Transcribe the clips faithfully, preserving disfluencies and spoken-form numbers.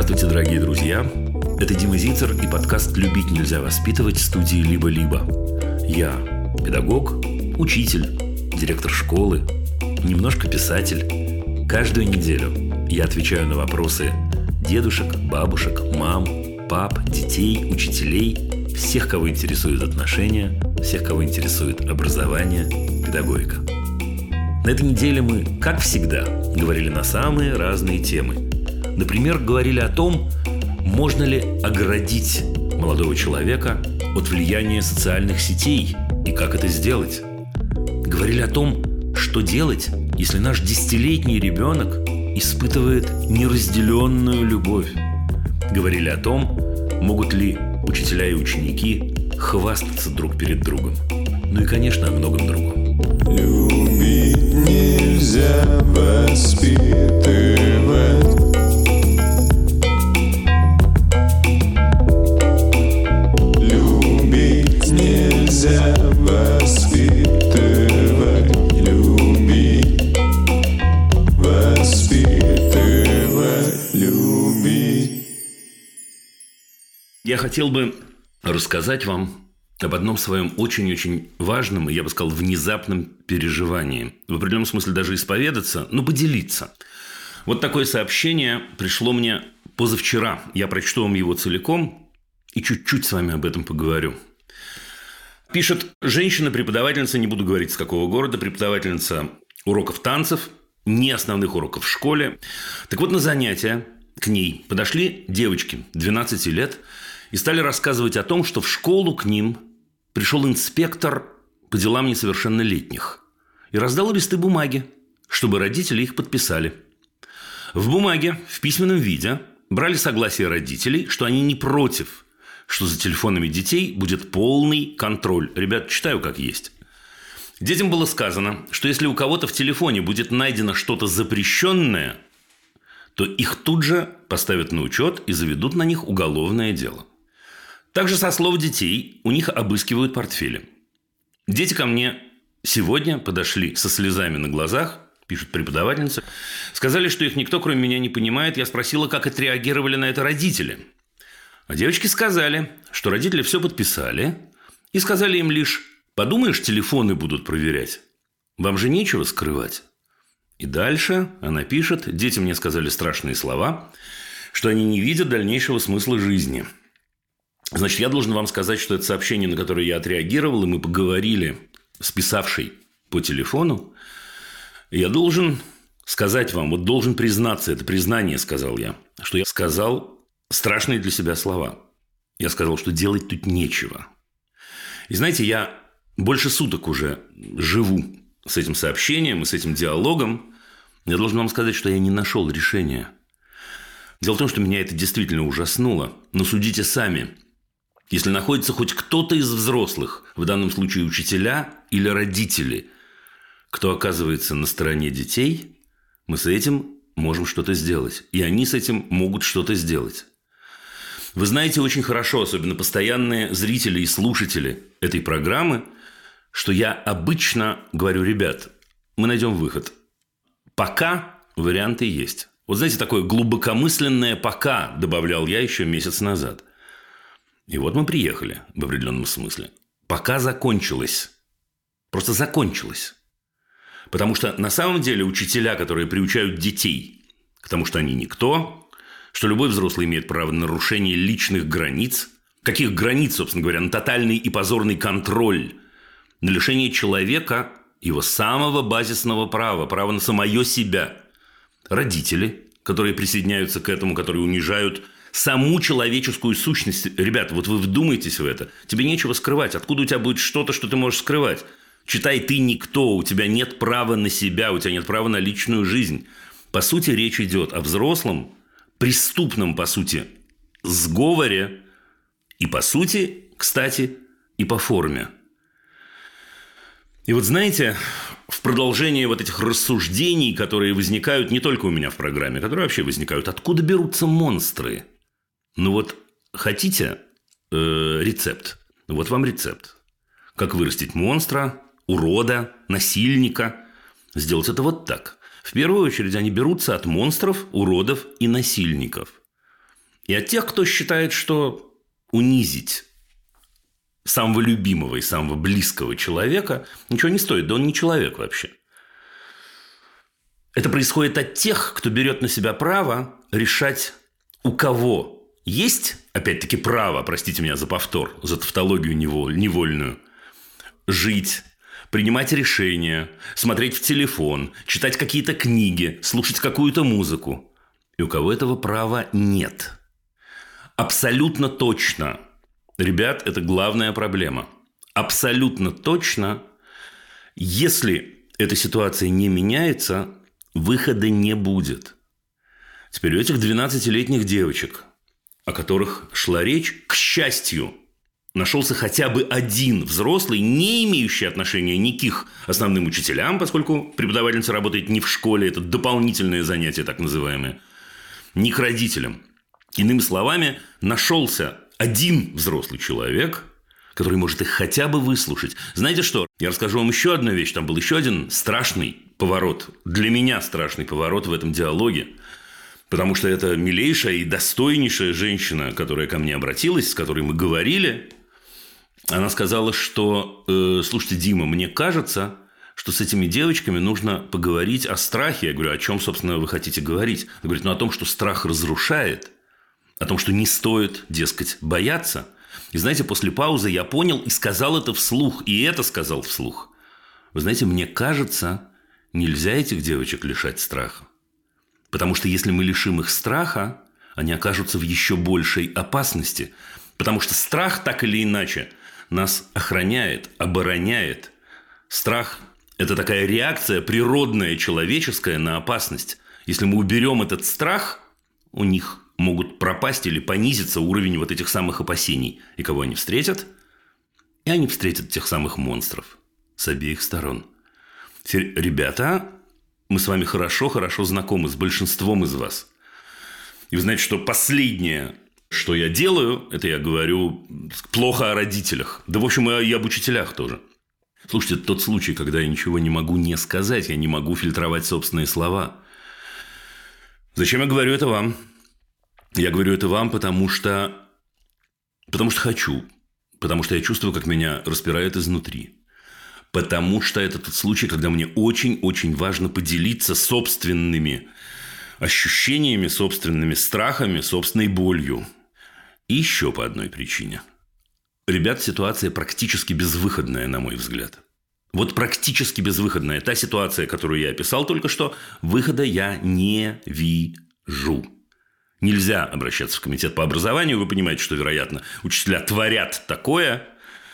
Здравствуйте, дорогие друзья. Это Дима Зицер и подкаст «Любить нельзя воспитывать» студии «Либо-либо». Я педагог, учитель, директор школы, немножко писатель. Каждую неделю я отвечаю на вопросы дедушек, бабушек, мам, пап, детей, учителей, всех, кого интересуют отношения, всех, кого интересует образование, педагогика. На этой неделе мы, как всегда, говорили на самые разные темы. Например, говорили о том, можно ли оградить молодого человека от влияния социальных сетей и как это сделать. Говорили о том, что делать, если наш десятилетний ребенок испытывает неразделенную любовь. Говорили о том, могут ли учителя и ученики хвастаться друг перед другом. Ну и, конечно, о многом другом. Любить нельзя воспитывать. Любить нельзя воспитывать. Любить, воспитывать, любить. Я хотел бы рассказать вам об одном своем очень-очень важном и, я бы сказал, внезапном переживании. В определенном смысле даже исповедаться, но поделиться. Вот такое сообщение пришло мне позавчера. Я прочту вам его целиком и чуть-чуть с вами об этом поговорю. Пишет женщина-преподавательница, не буду говорить, с какого города, преподавательница уроков танцев, не основных уроков в школе. Так вот, на занятия к ней подошли девочки двенадцати лет и стали рассказывать о том, что в школу к ним пришел инспектор по делам несовершеннолетних и раздал листы бумаги, чтобы родители их подписали. В бумаге, в письменном виде, брали согласие родителей, что они не против, что за телефонами детей будет полный контроль. Ребят, читаю как есть. Детям было сказано, что если у кого-то в телефоне будет найдено что-то запрещенное, то их тут же поставят на учет и заведут на них уголовное дело. Также, со слов детей, у них обыскивают портфели. Дети ко мне сегодня подошли со слезами на глазах, пишет преподавательница, сказали, что их никто, кроме меня, не понимает. Я спросила, как отреагировали на это родители. А девочки сказали, что родители все подписали и сказали им лишь: подумаешь, телефоны будут проверять. Вам же нечего скрывать. И дальше она пишет: дети мне сказали страшные слова, что они не видят дальнейшего смысла жизни. Значит, я должен вам сказать, что это сообщение, на которое я отреагировал, и мы поговорили с писавшей по телефону. Я должен сказать вам, вот должен признаться, это признание, сказал я, что я сказал страшные для себя слова. Я сказал, что делать тут нечего. И знаете, я больше суток уже живу с этим сообщением и с этим диалогом. Я должен вам сказать, что я не нашел решения. Дело в том, что меня это действительно ужаснуло. Но судите сами. Если находится хоть кто-то из взрослых, в данном случае учителя или родители, кто оказывается на стороне детей, мы с этим можем что-то сделать. И они с этим могут что-то сделать. Вы знаете очень хорошо, особенно постоянные зрители и слушатели этой программы, что я обычно говорю: ребят, мы найдем выход. Пока варианты есть. Вот знаете, такое глубокомысленное «пока» добавлял я еще месяц назад. И вот мы приехали в определенном смысле. Пока закончилось. Просто закончилось. Потому что на самом деле учителя, которые приучают детей к тому, что они никто, что любой взрослый имеет право на нарушение личных границ. Каких границ, собственно говоря? На тотальный и позорный контроль. На лишение человека его самого базисного права. Права на самое себя. Родители, которые присоединяются к этому, которые унижают саму человеческую сущность. Ребята, вот вы вдумайтесь в это. Тебе нечего скрывать. Откуда у тебя будет что-то, что ты можешь скрывать? Читай, ты никто. У тебя нет права на себя. У тебя нет права на личную жизнь. По сути, речь идет о взрослом, преступном, по сути, сговоре. И по сути, кстати, и по форме. И вот знаете, в продолжение вот этих рассуждений, которые возникают не только у меня в программе, которые вообще возникают, откуда берутся монстры? Ну вот хотите э, рецепт? Вот вам рецепт. Как вырастить монстра, урода, насильника. Сделать это вот так. В первую очередь они берутся от монстров, уродов и насильников. и от тех, кто считает, что унизить самого любимого и самого близкого человека ничего не стоит. Да он не человек вообще. Это происходит от тех, кто берет на себя право решать, у кого есть, опять-таки, право, простите меня за повтор, за тавтологию невольную, жить, принимать решения, смотреть в телефон, читать какие-то книги, слушать какую-то музыку. И у кого этого права нет. Абсолютно точно. Ребят, это главная проблема. Абсолютно точно, если эта ситуация не меняется, выхода не будет. Теперь у этих двенадцатилетних девочек, о которых шла речь, к счастью, нашелся хотя бы один взрослый, не имеющий отношения ни к их основным учителям, поскольку преподавательница работает не в школе, это дополнительное занятие так называемое, ни к родителям. Иными словами, нашелся один взрослый человек, который может их хотя бы выслушать. Знаете что? Я расскажу вам еще одну вещь. Там был еще один страшный поворот. Для меня страшный поворот в этом диалоге. Потому что это милейшая и достойнейшая женщина, которая ко мне обратилась, с которой мы говорили. Она сказала, что, э, слушайте, Дима, мне кажется, что с этими девочками нужно поговорить о страхе. Я говорю, о чем, собственно, вы хотите говорить? Она говорит, ну, о том, что страх разрушает. О том, что не стоит, дескать, бояться. И знаете, после паузы я понял и сказал это вслух. И это сказал вслух. Вы знаете, мне кажется, нельзя этих девочек лишать страха. Потому что если мы лишим их страха, они окажутся в еще большей опасности. Потому что страх, так или иначе, нас охраняет, обороняет. Страх – это такая реакция природная, человеческая на опасность. Если мы уберем этот страх, у них могут пропасть или понизиться уровень вот этих самых опасений. И кого они встретят? И они встретят тех самых монстров с обеих сторон. Теперь, ребята, мы с вами хорошо-хорошо знакомы с большинством из вас. И вы знаете, что последнее, что я делаю, это я говорю плохо о родителях. Да, в общем, и об учителях тоже. Слушайте, это тот случай, когда я ничего не могу не сказать, я не могу фильтровать собственные слова. Зачем я говорю это вам? Я говорю это вам, потому что... Потому что хочу. Потому что я чувствую, как меня распирает изнутри. Потому что это тот случай, когда мне очень-очень важно поделиться собственными ощущениями, собственными страхами, собственной болью. И еще по одной причине. Ребят, ситуация практически безвыходная, на мой взгляд. Вот практически безвыходная. Та ситуация, которую я описал только что, выхода я не вижу. Нельзя обращаться в комитет по образованию. Вы понимаете, что, вероятно, учителя творят такое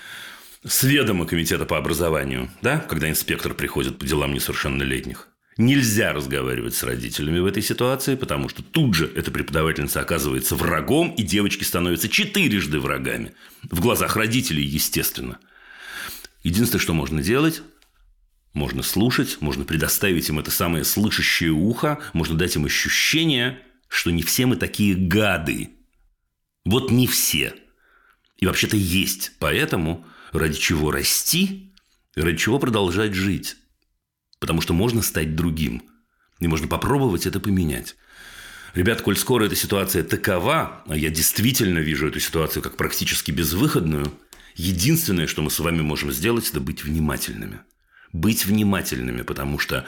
с ведома комитета по образованию, да, когда инспектор приходит по делам несовершеннолетних. Нельзя разговаривать с родителями в этой ситуации, потому что тут же эта преподавательница оказывается врагом, и девочки становятся четырежды врагами. В глазах родителей, естественно. Единственное, что можно делать, можно слушать, можно предоставить им это самое слышащее ухо, можно дать им ощущение, что не все мы такие гады. Вот не все. И вообще-то есть. Поэтому ради чего расти, ради чего продолжать жить. Потому что можно стать другим. И можно попробовать это поменять. Ребят, коль скоро эта ситуация такова, а я действительно вижу эту ситуацию как практически безвыходную, единственное, что мы с вами можем сделать, это быть внимательными. Быть внимательными, потому что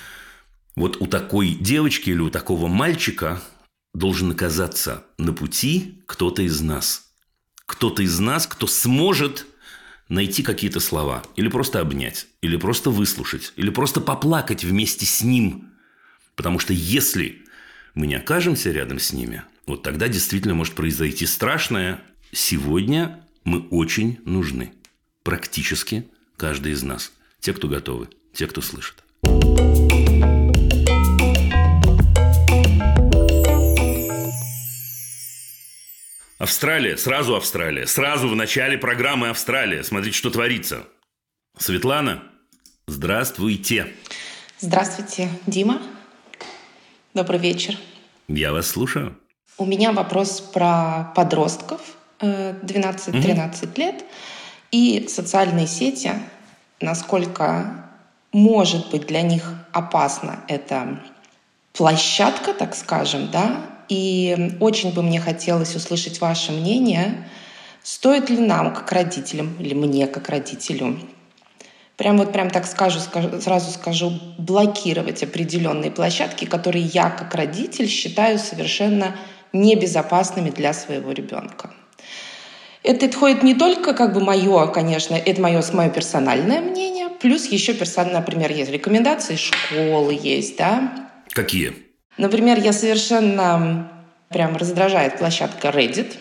вот у такой девочки или у такого мальчика должен оказаться на пути кто-то из нас. Кто-то из нас, кто сможет найти какие-то слова. Или просто обнять. Или просто выслушать. Или просто поплакать вместе с ним. Потому что если мы не окажемся рядом с ними, вот тогда действительно может произойти страшное. Сегодня мы очень нужны. Практически каждый из нас. Те, кто готовы. Те, кто слышит. Австралия, сразу Австралия, сразу в начале программы Австралия. Смотрите, что творится. Светлана, здравствуйте. Здравствуйте, Дима. Добрый вечер. Я вас слушаю. У меня вопрос про подростков двенадцать-тринадцать угу. лет и социальные сети. Насколько может быть для них опасна эта площадка, так скажем, да, И очень бы мне хотелось услышать ваше мнение, стоит ли нам, как родителям, или мне, как родителю, прям вот прям так скажу, скажу, сразу скажу, блокировать определенные площадки, которые я, как родитель, считаю совершенно небезопасными для своего ребенка. Это отходит не только как бы мое, конечно, это мое, мое персональное мнение, плюс еще персонально, например, есть рекомендации школы, есть, да. Какие? Например, я совершенно прям раздражает площадка Reddit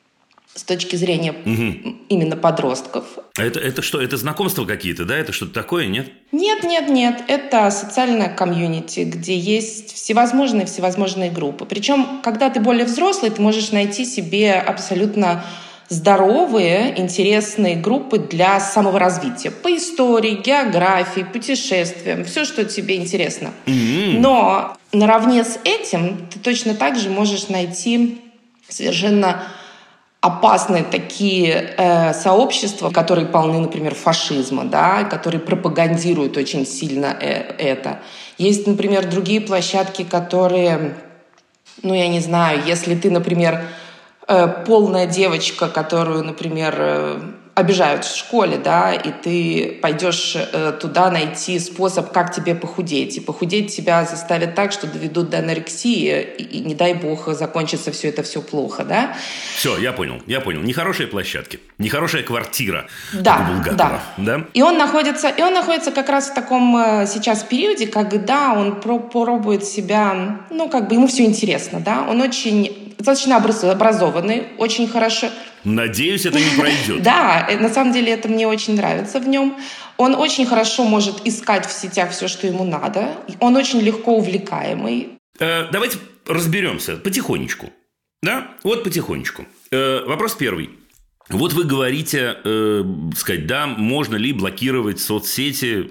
с точки зрения угу. именно подростков. А это, это что, это знакомства какие-то, да? Это что-то такое, нет? Нет, нет, нет. Это социальная комьюнити, где есть всевозможные всевозможные группы. Причем, когда ты более взрослый, ты можешь найти себе абсолютно здоровые, интересные группы для саморазвития. По истории, географии, путешествиям, все, что тебе интересно. Mm-hmm. Но наравне с этим ты точно так же можешь найти совершенно опасные такие э, сообщества, которые полны, например, фашизма, да, которые пропагандируют очень сильно э- это. Есть, например, другие площадки, которые, ну, я не знаю, если ты, например, полная девочка, которую, например, обижают в школе, да, и ты пойдешь туда найти способ, как тебе похудеть. И похудеть тебя заставят так, что доведут до анорексии, и, и не дай бог, закончится все это все плохо, да. Все, я понял, я понял. Нехорошие площадки, нехорошая квартира. Да, да. да. И он находится, и он находится как раз в таком сейчас периоде, когда он пробует себя, ну, как бы ему все интересно, да. Он очень достаточно образованный, очень хорошо. Надеюсь, это не пройдет. Да, на самом деле это мне очень нравится в нем. Он очень хорошо может искать в сетях все, что ему надо. Он очень легко увлекаемый. Э, давайте разберемся потихонечку. Да, вот потихонечку. Э, вопрос первый. Вот вы говорите, э, сказать, да, можно ли блокировать соцсети.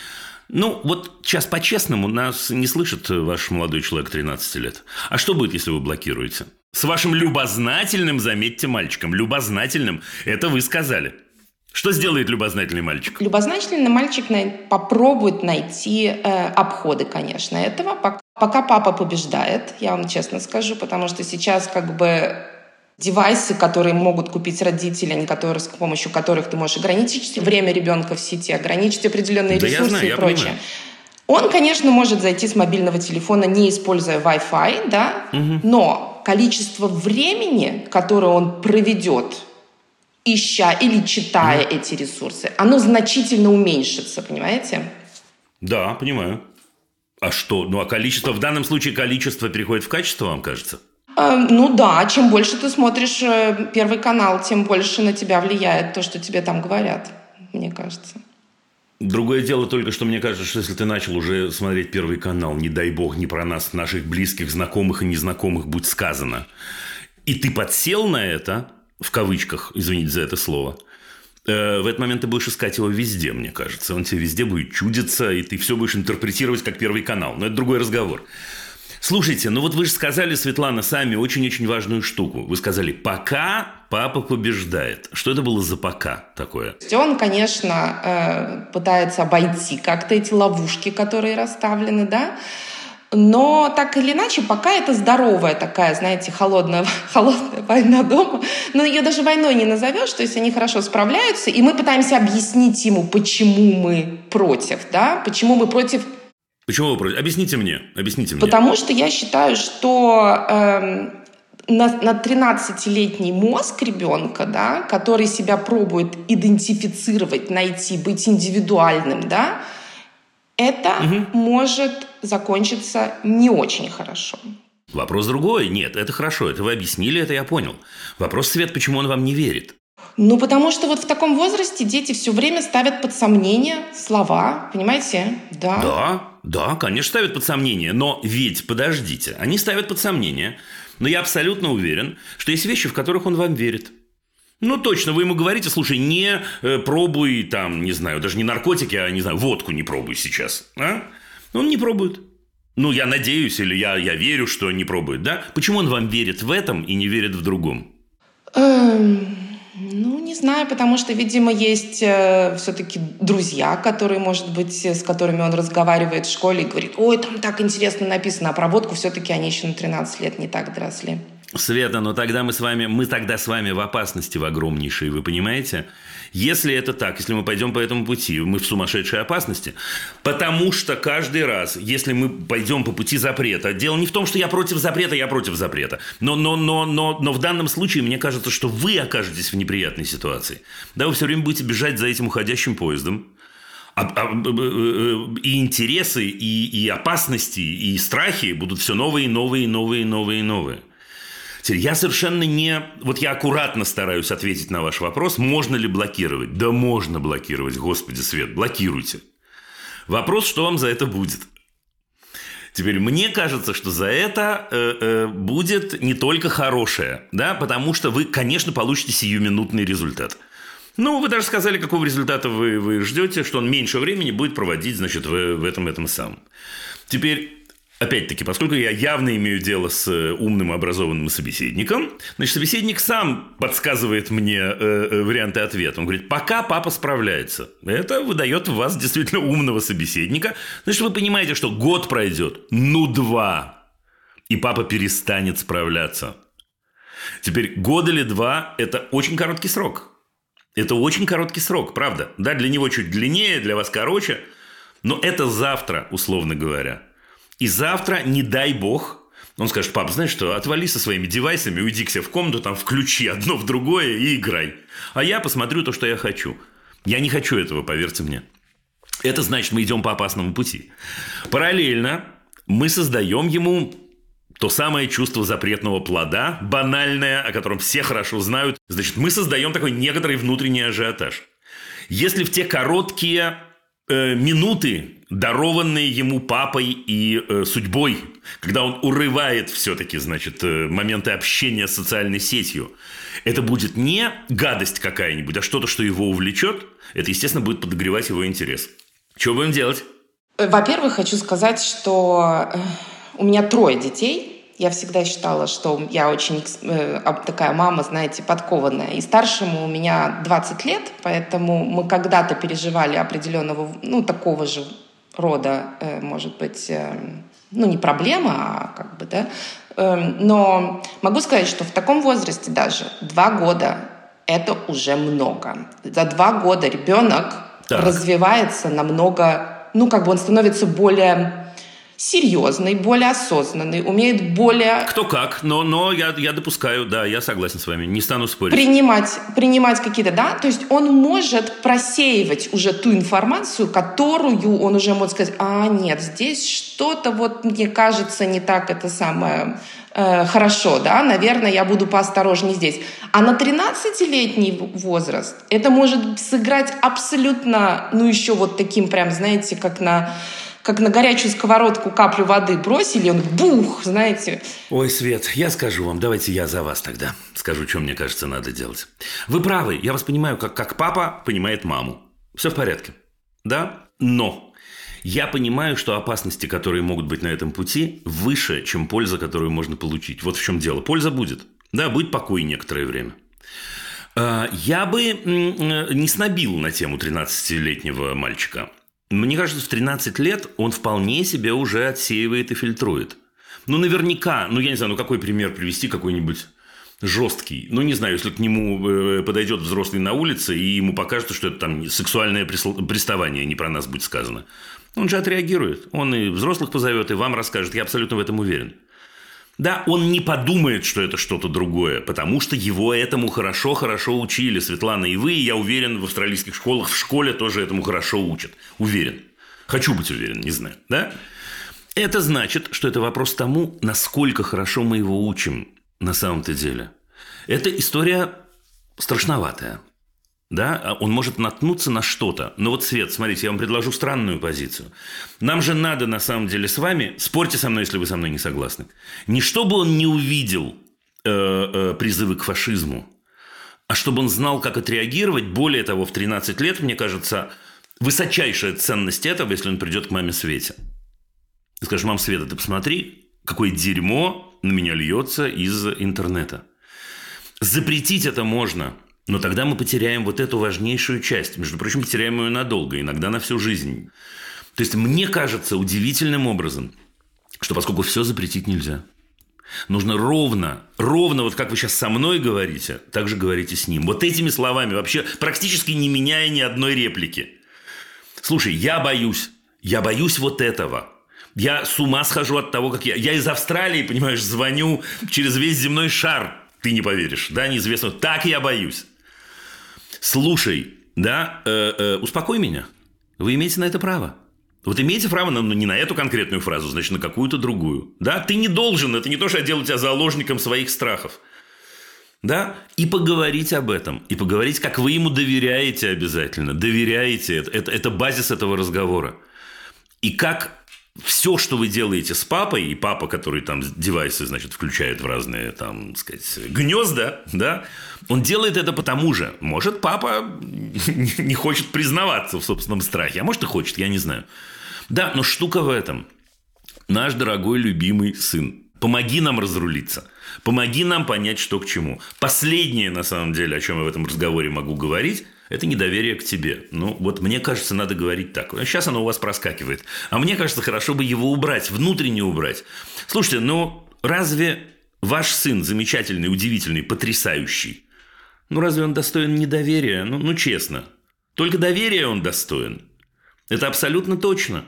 Ну, вот сейчас по-честному нас не слышит ваш молодой человек тринадцати лет. А что будет, если вы блокируете? С вашим любознательным, заметьте, мальчиком. Любознательным, это вы сказали. Что сделает любознательный мальчик? Любознательный мальчик попробует найти э, обходы, конечно, этого. Пока, пока папа побеждает, я вам честно скажу, потому что сейчас как бы девайсы, которые могут купить родители, они, которые, с помощью которых ты можешь ограничить время ребенка в сети, ограничить определенные да ресурсы я знаю, и я прочее. Понимаю. Он, конечно, может зайти с мобильного телефона, не используя Wi-Fi, да, угу. но количество времени, которое он проведет, ища или читая угу. эти ресурсы, оно значительно уменьшится, понимаете? Да, понимаю. А что? Ну, а количество, в данном случае количество переходит в качество, вам кажется? Э, ну да, чем больше ты смотришь Первый канал, тем больше на тебя влияет то, что тебе там говорят, мне кажется. Другое дело только, что мне кажется, что если ты начал уже смотреть Первый канал, не дай бог, не про нас, наших близких, знакомых и незнакомых, будь сказано, и ты подсел на это, в кавычках, извините за это слово, э, в этот момент ты будешь искать его везде, мне кажется. Он тебе везде будет чудиться, и ты все будешь интерпретировать как Первый канал. Но это другой разговор. Слушайте, ну вот вы же сказали, Светлана, сами очень-очень важную штуку. Вы сказали, пока папа побеждает. Что это было за пока такое? Он, конечно, пытается обойти как-то эти ловушки, которые расставлены, да. Но так или иначе, пока это здоровая такая, знаете, холодная, холодная война дома. Но ее даже войной не назовешь, то есть они хорошо справляются. И мы пытаемся объяснить ему, почему мы против, да, почему мы против... Почему вы против? Объясните мне, объясните мне. Потому что я считаю, что э, на, на тринадцатилетний мозг ребенка, да, который себя пробует идентифицировать, найти, быть индивидуальным, да, это угу. может закончиться не очень хорошо. Вопрос другой. Нет, это хорошо, это вы объяснили, это я понял. Вопрос, Свет, почему он вам не верит? Ну, потому что вот в таком возрасте дети все время ставят под сомнение слова, понимаете? Да. Да, да, конечно, ставят под сомнение. Но ведь, подождите, они ставят под сомнение. Но я абсолютно уверен, что есть вещи, в которых он вам верит. Ну, точно, вы ему говорите, слушай, не э, пробуй там, не знаю, даже не наркотики, а, не знаю, водку не пробуй сейчас. А? Он не пробует. Ну, я надеюсь, или я, я верю, что не пробует, да? Почему он вам верит в этом и не верит в другом? Эм... Ну, не знаю, потому что, видимо, есть э, все-таки друзья, которые, может быть, с которыми он разговаривает в школе и говорит: ой, там так интересно написано, а проводку все-таки они еще на тринадцать лет не так доросли. Света, но тогда мы с вами, мы тогда с вами в опасности в огромнейшей, вы понимаете? Если это так, если мы пойдем по этому пути, мы в сумасшедшей опасности. Потому что каждый раз, если мы пойдем по пути запрета, дело не в том, что я против запрета, я против запрета. Но, но, но, но, но в данном случае мне кажется, что вы окажетесь в неприятной ситуации. Да, вы все время будете бежать за этим уходящим поездом. И интересы, и, и опасности, и страхи будут все новые, новые, новые, новые, новые. Я совершенно не... Вот я аккуратно стараюсь ответить на ваш вопрос. Можно ли блокировать? Да можно блокировать, Господи, Свет, блокируйте. Вопрос, что вам за это будет. Теперь, мне кажется, что за это э, э, будет не только хорошее, да, потому что вы, конечно, получите сиюминутный результат. Ну, вы даже сказали, какого результата вы, вы ждете, что он меньше времени будет проводить, значит, в, в этом, этом самом. Теперь... Опять-таки, поскольку я явно имею дело с умным, образованным собеседником, значит, собеседник сам подсказывает мне э, варианты ответа. Он говорит: пока папа справляется. Это выдает в вас действительно умного собеседника. Значит, вы понимаете, что год пройдет, ну, два, и папа перестанет справляться. Теперь год или два – это очень короткий срок. Это очень короткий срок, правда. Да, для него чуть длиннее, для вас короче, но это завтра, условно говоря. И завтра, не дай бог, он скажет: пап, знаешь что, отвали со своими девайсами, уйди к себе в комнату, там включи одно в другое и играй. А я посмотрю то, что я хочу. Я не хочу этого, поверьте мне. Это значит, мы идем по опасному пути. Параллельно мы создаем ему то самое чувство запретного плода, банальное, о котором все хорошо знают. Значит, мы создаем такой некоторый внутренний ажиотаж. Если в те короткие э, минуты, дарованные ему папой и э, судьбой, когда он урывает все-таки, значит, э, моменты общения с социальной сетью, это будет не гадость какая-нибудь, а что-то, что его увлечет, это, естественно, будет подогревать его интерес. Что будем делать? Во-первых, хочу сказать, что у меня трое детей. Я всегда считала, что я очень э, такая мама, знаете, подкованная. И старшему у меня двадцать лет, поэтому мы когда-то переживали определенного, ну, такого же рода, э, может быть, э, ну, не проблема, а как бы, да. Э, но могу сказать, что в таком возрасте даже два года – это уже много. За два года ребенок так. развивается намного, ну, как бы он становится более... серьезный, более осознанный, умеет более... Кто как, но, но я, я допускаю, да, я согласен с вами, не стану спорить. Принимать, принимать какие-то, да, то есть он может просеивать уже ту информацию, которую он уже может сказать: а нет, здесь что-то вот, мне кажется, не так это самое э, хорошо, да, наверное, я буду поосторожнее здесь. А на тринадцатилетний возраст это может сыграть абсолютно, ну еще вот таким прям, знаете, как на... как на горячую сковородку каплю воды бросили, он бух, знаете. Ой, Свет, я скажу вам, давайте я за вас тогда скажу, что мне кажется надо делать. Вы правы, я вас понимаю, как, как папа понимает маму. Все в порядке, да? Но я понимаю, что опасности, которые могут быть на этом пути, выше, чем польза, которую можно получить. Вот в чем дело. Польза будет. Да, будет покой некоторое время. Я бы не снобил на тему тринадцатилетнего мальчика. Мне кажется, в тринадцать лет он вполне себе уже отсеивает и фильтрует. Ну, наверняка, ну, я не знаю, ну, какой пример привести, какой-нибудь жесткий. Ну, не знаю, если к нему подойдет взрослый на улице, и ему покажется, что это там сексуальное приставание, не про нас будет сказано. Он же отреагирует. Он и взрослых позовет, и вам расскажет. Я абсолютно в этом уверен. Да, он не подумает, что это что-то другое, потому что его этому хорошо-хорошо учили. Светлана, и вы, и я уверен, в австралийских школах, в школе тоже этому хорошо учат. Уверен. Хочу быть уверен, не знаю. Да? Это значит, что это вопрос тому, насколько хорошо мы его учим на самом-то деле. Это история страшноватая. Да? Он может наткнуться на что-то. Но вот, Свет, смотрите, я вам предложу странную позицию. Нам же надо, на самом деле, с вами, спорьте со мной, если вы со мной не согласны, не чтобы он не увидел э, э, призывы к фашизму, а чтобы он знал, как отреагировать. Более того, в тринадцать лет, мне кажется, высочайшая ценность этого, если он придет к маме Свете. И скажет: мам Света, ты посмотри, какое дерьмо на меня льется из интернета. Запретить это можно. Но тогда мы потеряем вот эту важнейшую часть. Между прочим, потеряем ее надолго, иногда на всю жизнь. То есть, мне кажется удивительным образом, что поскольку все запретить нельзя, нужно ровно, ровно, вот как вы сейчас со мной говорите, так же говорите с ним. Вот этими словами, вообще практически не меняя ни одной реплики. Слушай, я боюсь, я боюсь вот этого. Я с ума схожу от того, как я... Я из Австралии, понимаешь, звоню через весь земной шар. Ты не поверишь, да, неизвестно. Так я боюсь. Слушай, да, э, э, успокой меня. Вы имеете на это право. Вот имеете право на, ну, не на эту конкретную фразу, значит, на какую-то другую. Да, ты не должен, это не то, что я делаю тебя заложником своих страхов. Да, и поговорить об этом. И поговорить, как вы ему доверяете обязательно. Доверяете, это, это, это базис этого разговора. И как... Все, что вы делаете с папой, и папа, который там девайсы, значит, включает в разные, там, сказать, гнезда, да, он делает это потому же. Может, папа не хочет признаваться в собственном страхе, а может, и хочет, я не знаю. Да, но штука в этом. Наш дорогой, любимый сын, помоги нам разрулиться. Помоги нам понять, что к чему. Последнее, на самом деле, о чем я в этом разговоре могу говорить, это недоверие к тебе. Ну, вот мне кажется, надо говорить так. Сейчас оно у вас проскакивает. А мне кажется, хорошо бы его убрать, внутренне убрать. Слушайте, ну, разве ваш сын замечательный, удивительный, потрясающий? Ну, разве он достоин недоверия? Ну, ну честно. Только доверия он достоин. Это абсолютно точно.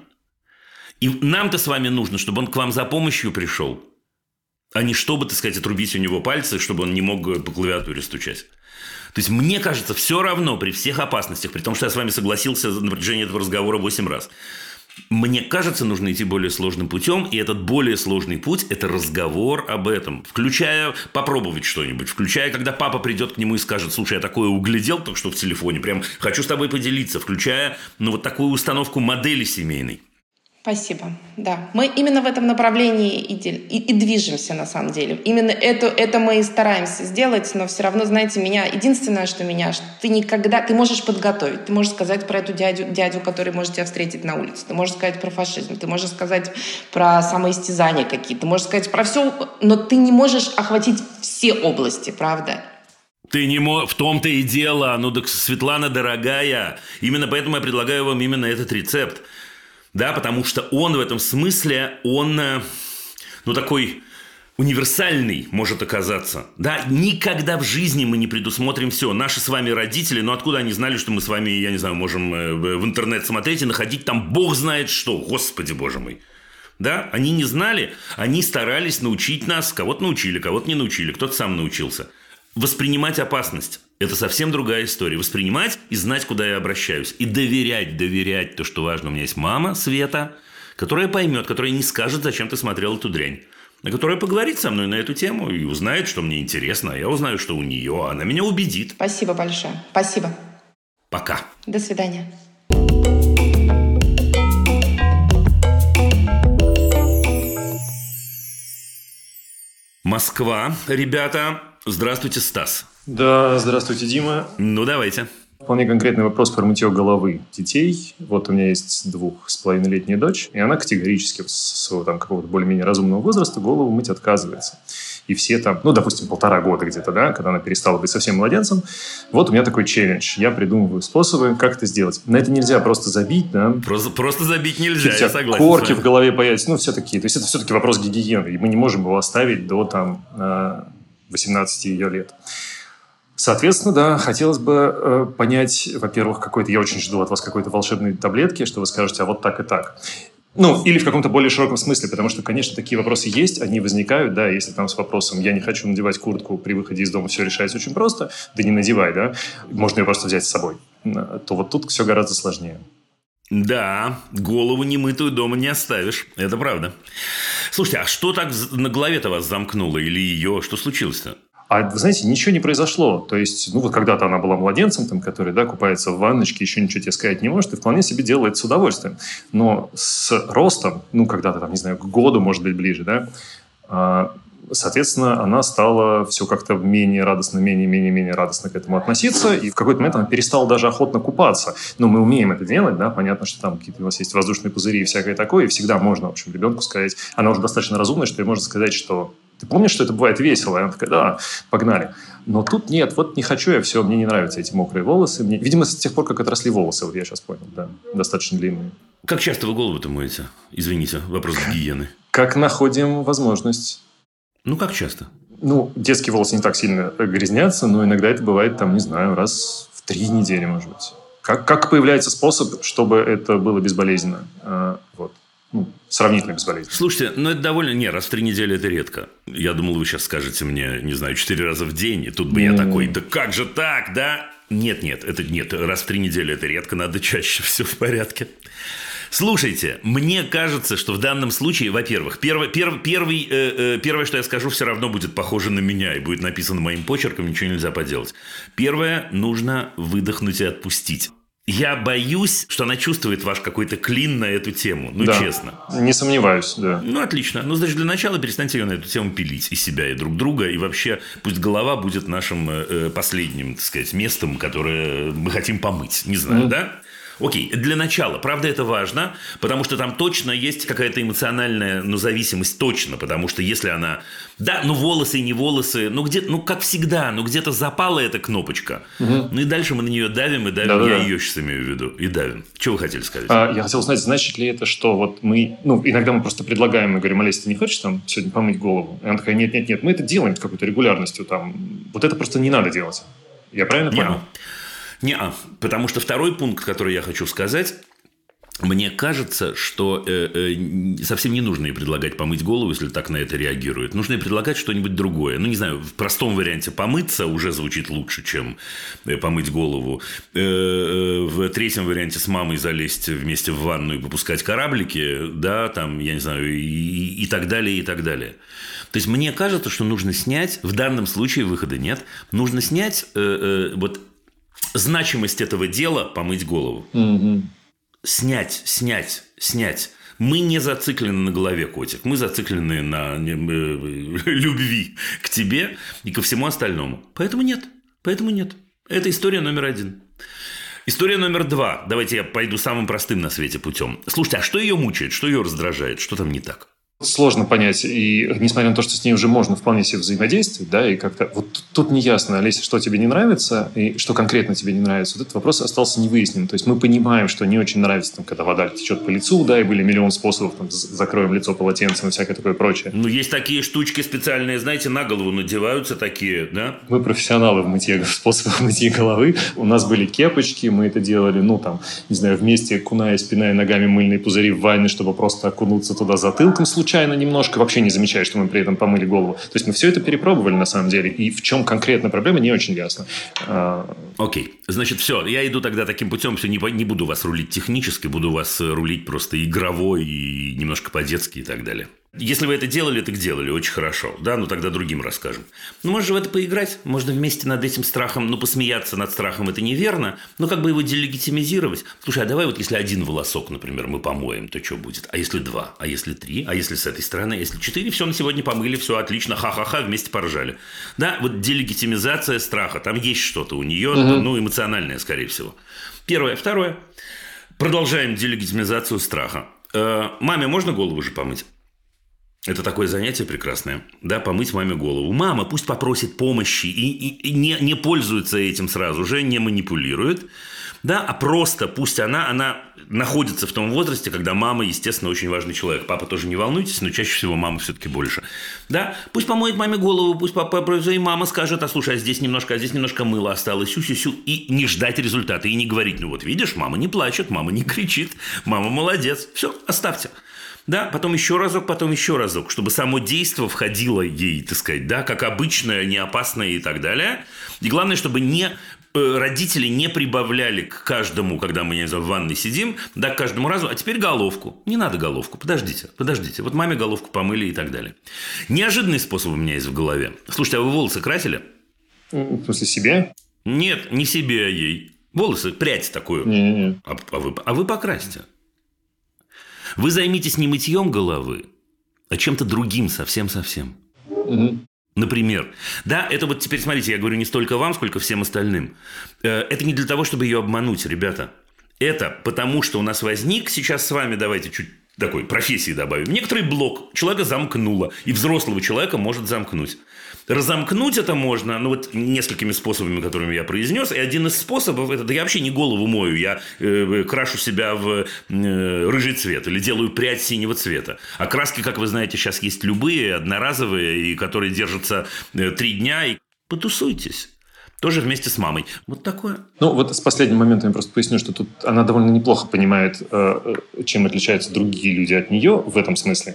И нам-то с вами нужно, чтобы он к вам за помощью пришел. А не чтобы, так сказать, отрубить у него пальцы, чтобы он не мог по клавиатуре стучать. То есть, мне кажется, все равно при всех опасностях, при том, что я с вами согласился на протяжении этого разговора восемь раз, мне кажется, нужно идти более сложным путем, и этот более сложный путь – это разговор об этом, включая попробовать что-нибудь, включая, когда папа придет к нему и скажет: слушай, я такое углядел только что в телефоне, прям хочу с тобой поделиться, включая, ну, вот такую установку модели семейной. Спасибо. Да, мы именно в этом направлении и, и, и движемся, на самом деле. Именно это, это мы и стараемся сделать, но все равно, знаете, меня, единственное, что меня, что ты никогда, ты можешь подготовить, ты можешь сказать про эту дядю, дядю, который может тебя встретить на улице, ты можешь сказать про фашизм, ты можешь сказать про самоистязания какие-то, ты можешь сказать про все, но ты не можешь охватить все области, правда? Ты не можешь, в том-то и дело. Ну так, Светлана, дорогая, именно поэтому я предлагаю вам именно этот рецепт. Да, потому что он в этом смысле, он, ну, такой универсальный может оказаться. Да, никогда в жизни мы не предусмотрим все. Наши с вами родители, ну, откуда они знали, что мы с вами, я не знаю, можем в интернет смотреть и находить там бог знает что. Господи, боже мой. Да, они не знали, они старались научить нас. Кого-то научили, кого-то не научили, кто-то сам научился. Воспринимать опасность. Это совсем другая история. Воспринимать и знать, куда я обращаюсь. И доверять, доверять то, что важно. У меня есть мама, Света, которая поймет, которая не скажет, зачем ты смотрел эту дрянь. А которая поговорит со мной на эту тему и узнает, что мне интересно. А я узнаю, что у нее. Она меня убедит. Спасибо большое. Спасибо. Пока. До свидания. Москва, ребята. Здравствуйте, Стас. Да, здравствуйте, Дима. Ну, давайте. Вполне конкретный вопрос про мытье головы детей. Вот у меня есть двух с половиной-летняя дочь, и она категорически с своего там какого-то более-менее разумного возраста голову мыть отказывается. И все там, ну, допустим, полтора года где-то, да, когда она перестала быть совсем младенцем. Вот у меня такой челлендж. Я придумываю способы, как это сделать. На это нельзя просто забить, да. Просто, просто забить нельзя, я согласен. Корки в голове появятся, ну, все-таки. То есть, это все-таки вопрос гигиены. И мы не можем его оставить до там восемнадцати ее лет. Соответственно, да, хотелось бы э, понять, во-первых, какой-то, я очень жду от вас какой-то волшебной таблетки, что вы скажете, а вот так и так. Ну, или в каком-то более широком смысле, потому что, конечно, такие вопросы есть, они возникают, да, если там с вопросом «я не хочу надевать куртку при выходе из дома», все решается очень просто, да не надевай, да, можно ее просто взять с собой, то вот тут все гораздо сложнее. Да, голову немытую дома не оставишь, это правда. Слушайте, а что так на голове-то вас замкнуло или ее, что случилось-то? А, вы знаете, ничего не произошло. То есть, ну, вот когда-то она была младенцем, там, который, да, купается в ванночке, еще ничего тебе сказать не может, и вполне себе делает с удовольствием. Но с ростом, ну, когда-то, там, не знаю, к году, может быть, ближе, да, соответственно, она стала все как-то менее радостно, менее-менее-менее радостно к этому относиться, и в какой-то момент она перестала даже охотно купаться. Но мы умеем это делать, да, понятно, что там какие-то у нас есть воздушные пузыри и всякое такое, и всегда можно, в общем, ребенку сказать, она уже достаточно разумная, что ей можно сказать, что Ты помнишь, что это бывает весело? И она такая, да, погнали. Но тут нет, вот не хочу я, все, мне не нравятся эти мокрые волосы. Мне... Видимо, с тех пор, как отросли волосы, вот я сейчас понял, да, достаточно длинные. Как часто вы голову-то моете? Извините, вопрос гигиены. Как находим возможность. Ну, как часто? Ну, детские волосы не так сильно грязнятся, но иногда это бывает, там, не знаю, раз в три недели, может быть. Как, как появляется способ, чтобы это было безболезненно? А, вот. Ну, сравнительно безболезненно. Слушайте, ну это довольно... Не, раз в три недели это редко. Я думал, вы сейчас скажете мне, не знаю, четыре раза в день, и тут бы я такой, да как же так, да? Нет, нет, это нет, раз в три недели это редко, надо чаще, все в порядке. Слушайте, мне кажется, что в данном случае, во-первых, первый, первый, первый, э, э, первое, что я скажу, все равно будет похоже на меня и будет написано моим почерком, ничего нельзя поделать. Первое, нужно выдохнуть и отпустить. Я боюсь, что она чувствует ваш какой-то клин на эту тему. Ну, да, честно. Не сомневаюсь, да. Ну, отлично. Ну, значит, для начала перестаньте ее на эту тему пилить. И себя, и друг друга. И вообще, пусть голова будет нашим э, последним, так сказать, местом, которое мы хотим помыть. Не знаю, mm. да? Окей, для начала. Правда, это важно, потому что там точно есть какая-то эмоциональная, ну, зависимость точно, потому что если она... Да, ну, волосы и не волосы, ну, где, ну, как всегда, ну, где-то запала эта кнопочка. Угу. Ну, и дальше мы на нее давим и давим. Да-да-да. Я ее сейчас имею в виду. И давим. Что вы хотели сказать? А, я хотел узнать, значит ли это, что вот мы... Ну, иногда мы просто предлагаем, мы говорим, Олеся, ты не хочешь там сегодня помыть голову? И она такая, нет-нет-нет, мы это делаем с какой-то регулярностью. Там. Вот это просто не надо делать. Я правильно понял? Не-а. Не-а, потому что второй пункт, который я хочу сказать, мне кажется, что э, э, совсем не нужно ей предлагать помыть голову, если так на это реагирует. Нужно ей предлагать что-нибудь другое. Ну, не знаю, в простом варианте помыться уже звучит лучше, чем э, помыть голову. Э, э, в третьем варианте с мамой залезть вместе в ванну и попускать кораблики, да, там, я не знаю, и, и, и так далее, и так далее. То есть, мне кажется, что нужно снять, в данном случае выхода нет, нужно снять э, э, вот... значимость этого дела помыть голову. Mm-hmm. Снять, снять, снять. Мы не зациклены на голове, котик. Мы зациклены на любви к тебе и ко всему остальному. Поэтому нет. Поэтому нет. Это история номер один. История номер два. Давайте я пойду самым простым на свете путем. Слушайте, а что ее мучает? Что ее раздражает? Что там не так? Сложно понять, и несмотря на то, что с ней уже можно вполне себе взаимодействовать, да, и как-то вот тут не ясно, Олеся, что тебе не нравится, и что конкретно тебе не нравится. Вот этот вопрос остался невыясненным. То есть мы понимаем, что не очень нравится, там, когда вода течет по лицу, да, и были миллион способов, там, закроем лицо полотенцем и всякое такое прочее. Ну, есть такие штучки специальные, знаете, на голову надеваются такие, да? Мы профессионалы в мытье, в способах мытья головы. У нас были кепочки, мы это делали, ну, там, не знаю, вместе окуная, спиная ногами мыльные пузыри в ванне, чтобы просто окунуться туда затылком случайно немножко, вообще не замечая, что мы при этом помыли голову. То есть мы все это перепробовали на самом деле. И в чем конкретно проблема, не очень ясно. Окей. Okay. Значит, все. Я иду тогда таким путем. Все, не, не буду вас рулить технически, буду вас рулить просто игровой и немножко по-детски и так далее. Если вы это делали, так делали. Очень хорошо. Да, ну тогда другим расскажем. Ну, можно же в это поиграть. Можно вместе над этим страхом, ну, посмеяться над страхом. Это неверно. Но как бы его делегитимизировать. Слушай, а давай вот если один волосок, например, мы помоем, то что будет? А если два? А если три? А если с этой стороны? А если четыре? Все, на сегодня помыли, все отлично. Ха-ха-ха, вместе поржали. Да, вот делегитимизация страха. Там есть что-то у нее, угу. ну, эмоциональное, скорее всего. Первое. Второе. Продолжаем делегитимизацию страха. Э, маме можно голову же помыть? Это такое занятие прекрасное, да, помыть маме голову. Мама пусть попросит помощи и, и, и не, не пользуется этим сразу же, не манипулирует, да, а просто пусть она, она находится в том возрасте, когда мама, естественно, очень важный человек. Папа тоже не волнуйтесь, но чаще всего мама все-таки больше. Да, пусть помоет маме голову, пусть папа, и мама скажет, а слушай, а здесь немножко, а здесь немножко мыла осталось, сю-сю-сю, и не ждать результата, и не говорить, ну вот видишь, мама не плачет, мама не кричит, мама молодец, все, оставьте. Да, потом еще разок, потом еще разок, чтобы само действо входило ей, так сказать, да, как обычное, не опасное и так далее. И главное, чтобы не, родители не прибавляли к каждому, когда мы, не знаю, в ванной сидим, да, к каждому разу, а теперь головку. Не надо головку, подождите, подождите. Вот маме головку помыли и так далее. Неожиданный способ у меня есть в голове. Слушайте, а вы волосы красили? В смысле, себе? Нет, не себе, а ей. Волосы, прядь такую. Не-не-не. А, а, вы, а вы покрасьте. Вы займитесь не мытьем головы, а чем-то другим совсем-совсем. Угу. Например. Да, это вот теперь, смотрите, я говорю не столько вам, сколько всем остальным. Это не для того, чтобы ее обмануть, ребята. Это потому, что у нас возник сейчас с вами, давайте чуть такой профессии добавим. Некоторый блок человека замкнуло, и взрослого человека может замкнуть. Разомкнуть это можно, ну, вот несколькими способами, которыми я произнес. И один из способов – это да я вообще не голову мою, я э, крашу себя в э, рыжий цвет или делаю прядь синего цвета. А краски, как вы знаете, сейчас есть любые, одноразовые, и которые держатся э, три дня. И потусуйтесь. Тоже вместе с мамой. Вот такое. Ну, вот с последним моментом я просто поясню, что тут она довольно неплохо понимает, чем отличаются другие люди от нее в этом смысле.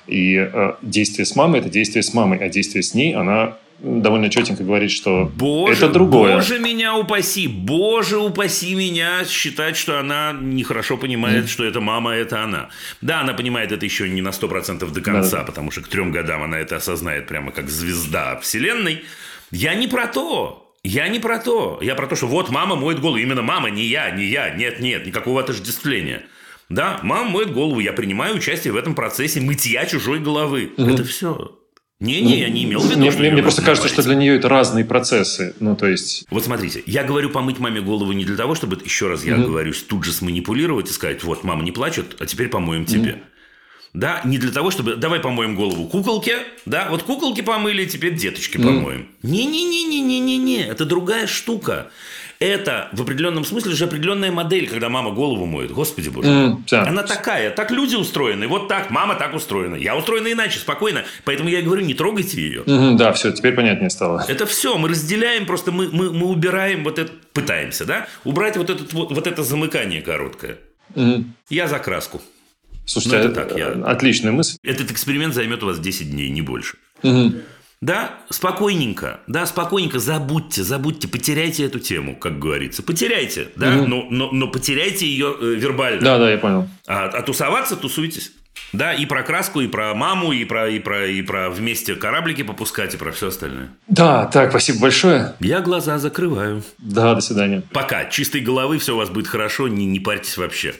И действие с мамой – это действие с мамой, а действие с ней она довольно четенько говорит, что боже, это другое. Боже, меня упаси, боже, упаси меня считать, что она нехорошо понимает, mm. что это мама, это она. Да, она понимает это еще не на сто процентов до конца, да. Потому что к трем годам она это осознает прямо как звезда вселенной. Я не про то. Я не про то. Я про то, что вот мама моет голову. Именно мама, не я, не я. Нет, нет, никакого отождествления. Да, мама моет голову. Я принимаю участие в этом процессе мытья чужой головы. Угу. Это все. Не-не, я не имел в виду. Мне, мне, мне просто кажется, что для нее это разные процессы. Ну, то есть... Вот смотрите, я говорю помыть маме голову не для того, чтобы, еще раз я угу. говорю, тут же сманипулировать и сказать, вот, мама не плачет, а теперь помоем тебе. Угу. Да, не для того, чтобы... Давай помоем голову куколке. Да, вот куколки помыли, теперь деточки помоем. Не-не-не-не-не-не-не. Это другая штука. Это в определенном смысле же определенная модель, когда мама голову моет. Господи боже. Mm, да. Она такая. Так люди устроены. Вот так. Мама так устроена. Я устроена иначе, спокойно. Поэтому я и говорю, не трогайте ее. Mm-hmm, да, все, теперь понятнее стало. Это все. Мы разделяем, просто мы, мы, мы убираем вот это... Пытаемся, да? Убрать вот, этот, вот, вот это замыкание короткое. Mm-hmm. Я за краску. Слушайте, ну, это так, я... отличная мысль. Этот эксперимент займет у вас десять дней, не больше. Угу. Да, спокойненько, да, спокойненько забудьте, забудьте, потеряйте эту тему, как говорится. Потеряйте, да, угу. но, но, но потеряйте ее э, вербально. Да, да, я понял. А, а тусоваться тусуйтесь. Да, и про краску, и про маму, и про, и, про, и про вместе кораблики попускать, и про все остальное. Да, так, спасибо большое. Я глаза закрываю. Да, до свидания. Пока. Чистой головы, все у вас будет хорошо, не, не парьтесь вообще.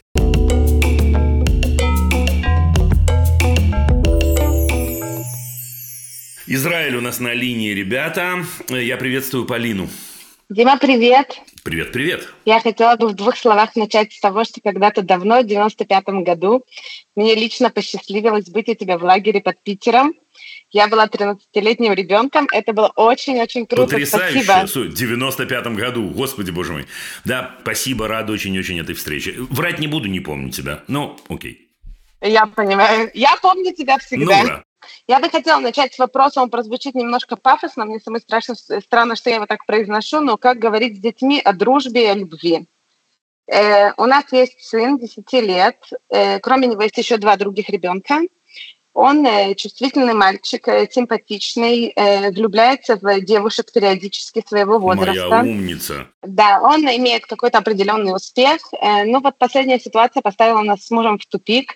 Израиль у нас на линии, ребята. Я приветствую Полину. Дима, привет. Привет, привет. Я хотела бы в двух словах начать с того, что когда-то давно, в девяносто пятом году, мне лично посчастливилось быть у тебя в лагере под Питером. Я была тринадцатилетним ребенком. Это было очень-очень круто. Потрясающе. Спасибо. В девяносто пятом году. Господи, боже мой. Да, спасибо, рад очень-очень этой встрече. Врать не буду, не помню тебя. Ну, окей. Я понимаю. Я помню тебя всегда. Ну, ура. Я бы хотела начать с вопроса, он прозвучит немножко пафосно, мне самой страшно, странно, что я его так произношу, но как говорить с детьми о дружбе и о любви? Э, у нас есть сын десяти лет, э, кроме него есть еще два других ребенка. Он э, чувствительный мальчик, э, симпатичный, э, влюбляется в девушек периодически своего возраста. Моя умница. Да, он имеет какой-то определенный успех. Э, ну вот последняя ситуация поставила нас с мужем в тупик.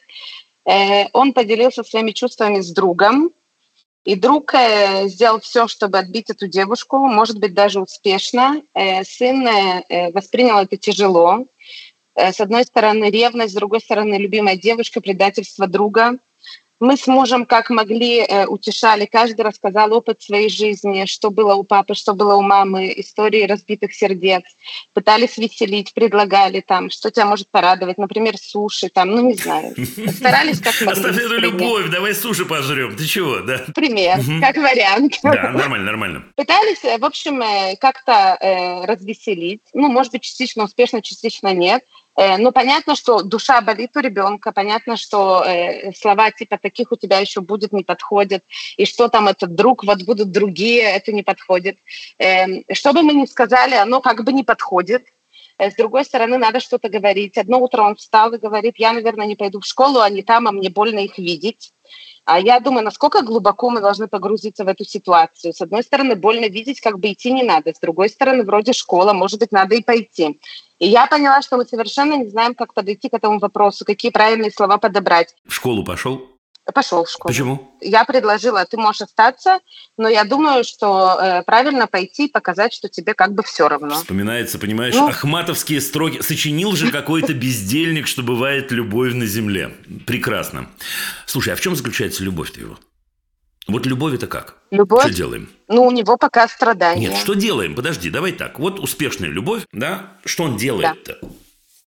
Он поделился своими чувствами с другом, и друг сделал все, чтобы отбить эту девушку, может быть, даже успешно. Сын воспринял это тяжело. С одной стороны, ревность, с другой стороны, любимая девушка, предательство друга. Мы с мужем как могли утешали, каждый рассказал опыт своей жизни, что было у папы, что было у мамы, истории разбитых сердец. Пытались веселить, предлагали там, что тебя может порадовать, например, суши, там, ну не знаю. Старались как могли. Оставь эту любовь, давай суши пожрем, ты чего, да? Пример, как вариант. Да, нормально, нормально. Пытались, в общем, как-то развеселить, ну, может быть, частично успешно, частично нет. Ну, понятно, что душа болит у ребенка, понятно, что э, слова типа «таких у тебя еще будет» не подходят, и что там этот друг, вот будут другие, это не подходит. Э, что бы мы ни сказали, оно как бы не подходит. Э, с другой стороны, надо что-то говорить. Одно утро он встал и говорит: я, наверное, не пойду в школу, они там, а мне больно их видеть. А я думаю, насколько глубоко мы должны погрузиться в эту ситуацию. С одной стороны, больно видеть, как бы идти не надо. С другой стороны, вроде школа, может быть, надо и пойти. И я поняла, что мы совершенно не знаем, как подойти к этому вопросу, какие правильные слова подобрать. В школу пошел? Пошел в школу. Почему? Я предложила: ты можешь остаться, но я думаю, что э, правильно пойти и показать, что тебе как бы все равно. Вспоминается, понимаешь, ну... ахматовские строки. Сочинил же какой-то бездельник, что бывает любовь на земле. Прекрасно. Слушай, а в чем заключается любовь-то его? Вот любовь это как? Любовь? Что делаем? Ну, у него пока страдания. Нет, что делаем? Подожди, давай так. Вот успешная любовь, да? Что он делает-то? Да.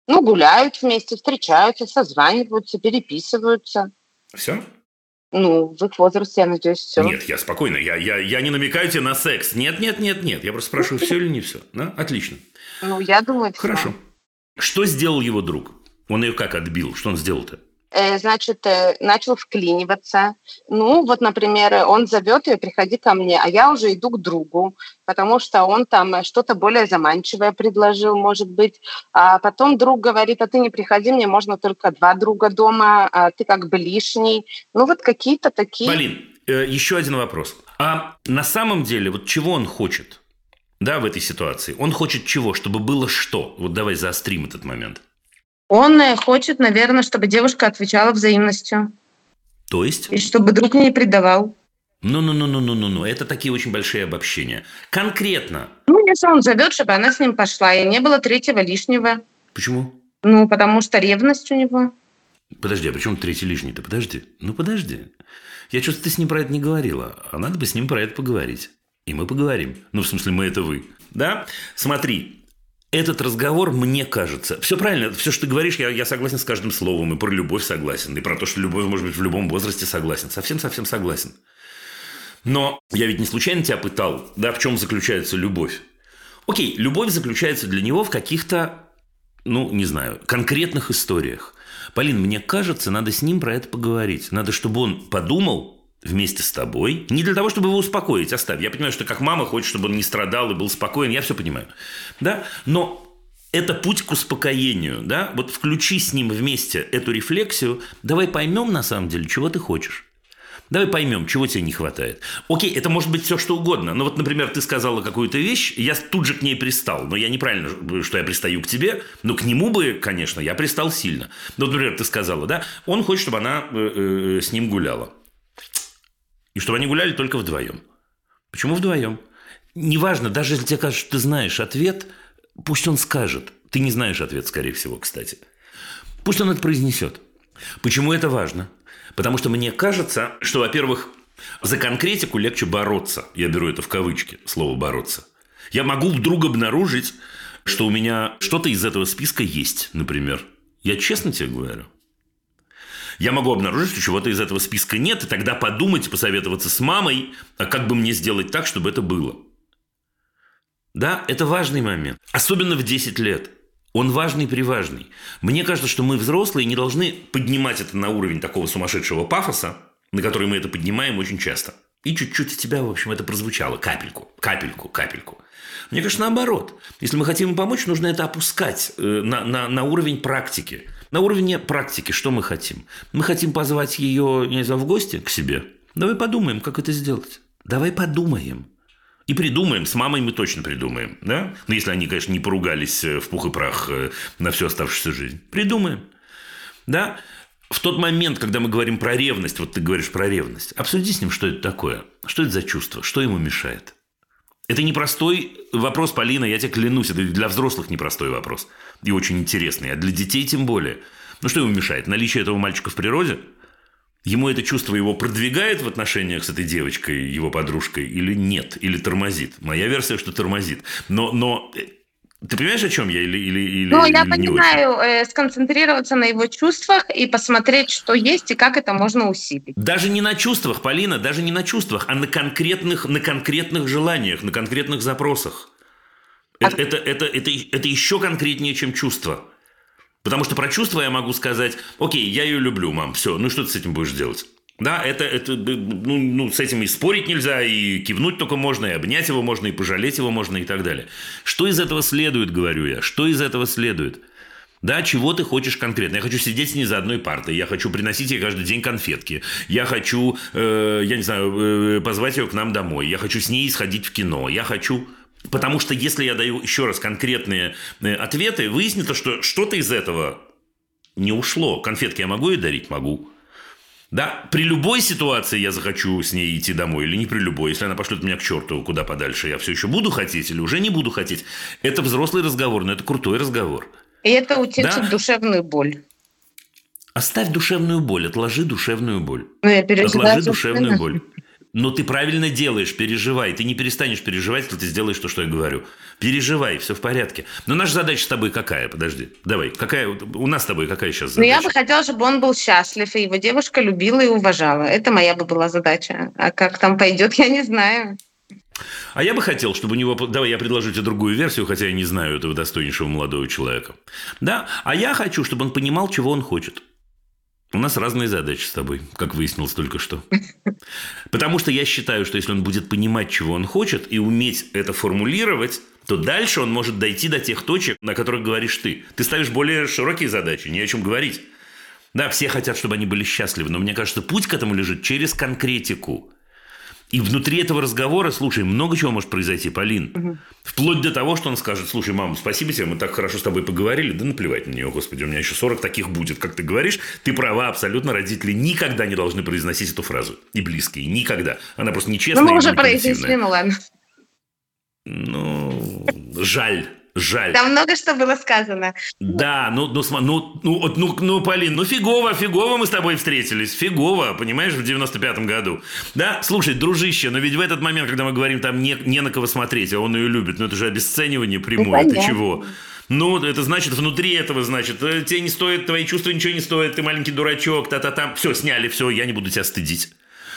Ну, гуляют вместе, встречаются, созваниваются, переписываются. Все? Ну, в их возрасте, я надеюсь, все. Нет, я спокойно. Я, я, я не намекаю тебе на секс. Нет, нет, нет, нет. Я просто спрашиваю, все или не все. Да? Отлично. Ну, я думаю, всё. Хорошо. Что сделал его друг? Он ее как отбил? Что он сделал-то? Э, Значит, э, начал вклиниваться. Ну, вот, например, он зовет ее, приходи ко мне, а я уже иду к другу, потому что он там э, что-то более заманчивое предложил, может быть. А потом друг говорит, а ты не приходи, мне можно только два друга дома, а ты как бы лишний. Ну, вот какие-то такие... Полин, э, еще один вопрос. А на самом деле, вот чего он хочет, да, в этой ситуации? Он хочет чего? Чтобы было что? Вот давай заострим этот момент. Он э, хочет, наверное, чтобы девушка отвечала взаимностью. То есть? И чтобы друг не предавал. Ну-ну-ну-ну-ну-ну. Это такие очень большие обобщения. Конкретно. Ну, если он зовет, чтобы она с ним пошла, и не было третьего лишнего. Почему? Ну, потому что ревность у него. Подожди, а при чем третий лишний-то? Подожди. Ну, подожди. Я чувствую, ты с ним про это не говорила. А надо бы с ним про это поговорить. И мы поговорим. Ну, в смысле, мы – это вы. Да? Смотри. Этот разговор, мне кажется, все правильно, все, что ты говоришь, я, я согласен с каждым словом, и про любовь согласен, и про то, что любовь может быть в любом возрасте согласен, совсем-совсем согласен. Но я ведь не случайно тебя пытал, да, в чем заключается любовь. Окей, любовь заключается для него в каких-то, ну, не знаю, конкретных историях. Полин, мне кажется, надо с ним про это поговорить, надо, чтобы он подумал вместе с тобой, не для того, чтобы его успокоить, оставь. Я понимаю, что как мама хочет, чтобы он не страдал и был спокоен, я все понимаю, да, но это путь к успокоению, да, вот включи с ним вместе эту рефлексию, давай поймем на самом деле, чего ты хочешь. Давай поймем, чего тебе не хватает. Окей, это может быть все, что угодно. Но вот, например, ты сказала какую-то вещь, я тут же к ней пристал. Но я неправильно, что я пристаю к тебе. Но к нему бы, конечно, я пристал сильно. Ну, например, ты сказала, да, он хочет, чтобы она э, э, с ним гуляла. И чтобы они гуляли только вдвоем. Почему вдвоем? Неважно, даже если тебе кажется, что ты знаешь ответ, пусть он скажет. Ты не знаешь ответ, скорее всего, кстати. Пусть он это произнесет. Почему это важно? Потому что мне кажется, что, во-первых, за конкретику легче бороться. Я беру это в кавычки, слово «бороться». Я могу вдруг обнаружить, что у меня что-то из этого списка есть, например. Я честно тебе говорю. Я могу обнаружить, что чего-то из этого списка нет, и тогда подумать, посоветоваться с мамой, а как бы мне сделать так, чтобы это было. Да, это важный момент. Особенно в десять лет. Он важный-приважный. Мне кажется, что мы, взрослые, не должны поднимать это на уровень такого сумасшедшего пафоса, на который мы это поднимаем очень часто. И чуть-чуть от тебя, в общем, это прозвучало. Капельку, капельку, капельку. Мне кажется, наоборот. Если мы хотим им помочь, нужно это опускать на, на, на уровень практики. На уровне практики что мы хотим? Мы хотим позвать ее, не знаю, в гости к себе. Давай подумаем, как это сделать. Давай подумаем. И придумаем. С мамой мы точно придумаем. Да? Ну, если они, конечно, не поругались в пух и прах на всю оставшуюся жизнь. Придумаем. Да? В тот момент, когда мы говорим про ревность, вот ты говоришь про ревность, обсуди с ним, что это такое. Что это за чувство? Что ему мешает? Это непростой вопрос, Полина, я тебе клянусь. Это для взрослых непростой вопрос. И очень интересный. А для детей тем более. Ну, что ему мешает? Наличие этого мальчика в природе? Ему это чувство его продвигает в отношениях с этой девочкой, его подружкой, или нет? Или тормозит? Моя версия, что тормозит. Но, но ты понимаешь, о чем я? Или, или, или, ну, я или понимаю, э, сконцентрироваться на его чувствах и посмотреть, что есть и как это можно усилить. Даже не на чувствах, Полина, даже не на чувствах, а на конкретных, на конкретных желаниях, на конкретных запросах. А... Это, это, это, это, это еще конкретнее, чем чувства. Потому что про чувства я могу сказать: окей, я ее люблю, мам, все, ну что ты с этим будешь делать? Да, это, это ну, ну, с этим и спорить нельзя, и кивнуть только можно, и обнять его можно, и пожалеть его можно, и так далее. Что из этого следует, говорю я, что из этого следует? Да, чего ты хочешь конкретно? Я хочу сидеть с ней за одной партой, я хочу приносить ей каждый день конфетки, я хочу, э, я не знаю, э, позвать ее к нам домой, я хочу с ней сходить в кино, я хочу... Потому что если я даю еще раз конкретные ответы, выяснится, что что-то из этого не ушло. Конфетки я могу ей дарить? Могу. Да, при любой ситуации я захочу с ней идти домой или не при любой. Если она пошлет меня к черту куда подальше, я все еще буду хотеть или уже не буду хотеть. Это взрослый разговор, но это крутой разговор. И это утешит да? душевную боль. Оставь душевную боль, отложи душевную боль. Ну, я переживаю отложи душевную боль. Но ты правильно делаешь, переживай. Ты не перестанешь переживать, если ты сделаешь то, что я говорю. Переживай, все в порядке. Но наша задача с тобой какая? Подожди, давай. Какая, у нас с тобой какая сейчас задача? Ну, я бы хотела, чтобы он был счастлив, и его девушка любила и уважала. Это моя бы была задача. А как там пойдет, я не знаю. А я бы хотел, чтобы у него... Давай я предложу тебе другую версию, хотя я не знаю этого достойнейшего молодого человека. Да? А я хочу, чтобы он понимал, чего он хочет. У нас разные задачи с тобой, как выяснилось только что. Потому что я считаю, что если он будет понимать, чего он хочет, и уметь это формулировать, то дальше он может дойти до тех точек, на которых говоришь ты. Ты ставишь более широкие задачи, не о чем говорить. Да, все хотят, чтобы они были счастливы, но мне кажется, путь к этому лежит через конкретику. И внутри этого разговора, слушай, много чего может произойти, Полин. Угу. Вплоть до того, что он скажет: слушай, мама, спасибо тебе, мы так хорошо с тобой поговорили. Да наплевать на нее, господи, у меня еще сорок таких будет, как ты говоришь. Ты права, абсолютно, родители никогда не должны произносить эту фразу. И близкие, никогда. Она просто нечестная. Ну, мы уже произнесли, ну ладно. Ну, жаль. Жаль. Там много что было сказано. Да, ну, ну, ну, ну, ну, ну, Полин, ну фигово, фигово мы с тобой встретились. Фигово, понимаешь, в девяносто пятом году. Да, слушай, дружище, но ведь в этот момент, когда мы говорим, там не, не на кого смотреть, а он ее любит, ну это же обесценивание прямое. Ну, ты чего? Ну, это значит, внутри этого, значит, тебе не стоит, твои чувства ничего не стоят, ты маленький дурачок, та-та-та. Все, сняли, все, я не буду тебя стыдить.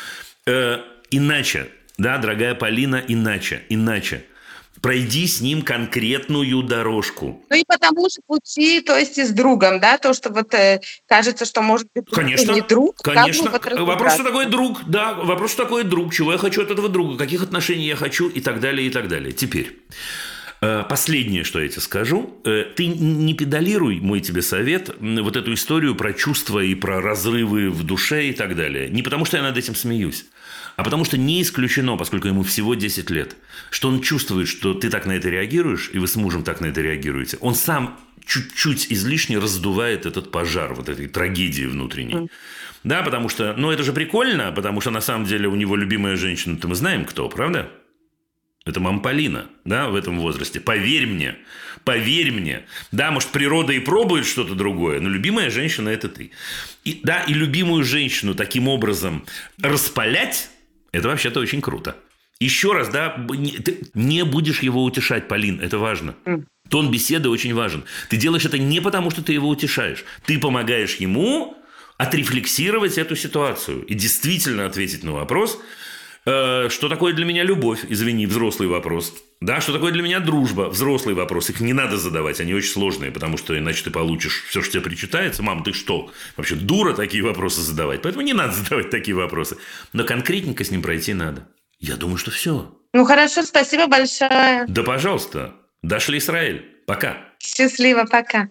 Э, иначе, да, дорогая Полина, иначе, иначе. Пройди с ним конкретную дорожку. Ну и по тому же пути, то есть и с другом, да, то, что вот э, кажется, что может быть конечно, не друг. Конечно, вот вопрос, что такое друг, да, вопрос, что такое друг, чего я хочу от этого друга, каких отношений я хочу и так далее, и так далее. Теперь, э, последнее, что я тебе скажу, э, ты не педалируй, мой тебе совет, вот эту историю про чувства и про разрывы в душе и так далее. Не потому, что я над этим смеюсь, а потому что не исключено, поскольку ему всего десять лет, что он чувствует, что ты так на это реагируешь, и вы с мужем так на это реагируете. Он сам чуть-чуть излишне раздувает этот пожар, вот этой трагедии внутренней. Mm. Да, потому что, ну, это же прикольно, потому что на самом деле у него любимая женщина-то мы знаем кто, правда? Это мама Полина, да, в этом возрасте. Поверь мне, поверь мне. Да, может, природа и пробует что-то другое, но любимая женщина – это ты. И, да, и любимую женщину таким образом распалять – это вообще-то очень круто. Еще раз, да, ты не будешь его утешать, Полин, это важно. Mm. Тон беседы очень важен. Ты делаешь это не потому, что ты его утешаешь. Ты помогаешь ему отрефлексировать эту ситуацию и действительно ответить на вопрос, э, что такое для меня любовь, извини, взрослый вопрос. Да, что такое для меня дружба, взрослый вопрос. Их не надо задавать, они очень сложные, потому что иначе ты получишь все, что тебе причитается. Мам, ты что? Вообще дура такие вопросы задавать. Поэтому не надо задавать такие вопросы. Но конкретненько с ним пройти надо. Я думаю, что все. Ну, хорошо, спасибо большое. Да, пожалуйста. Дошли, Израиль. Пока. Счастливо, пока.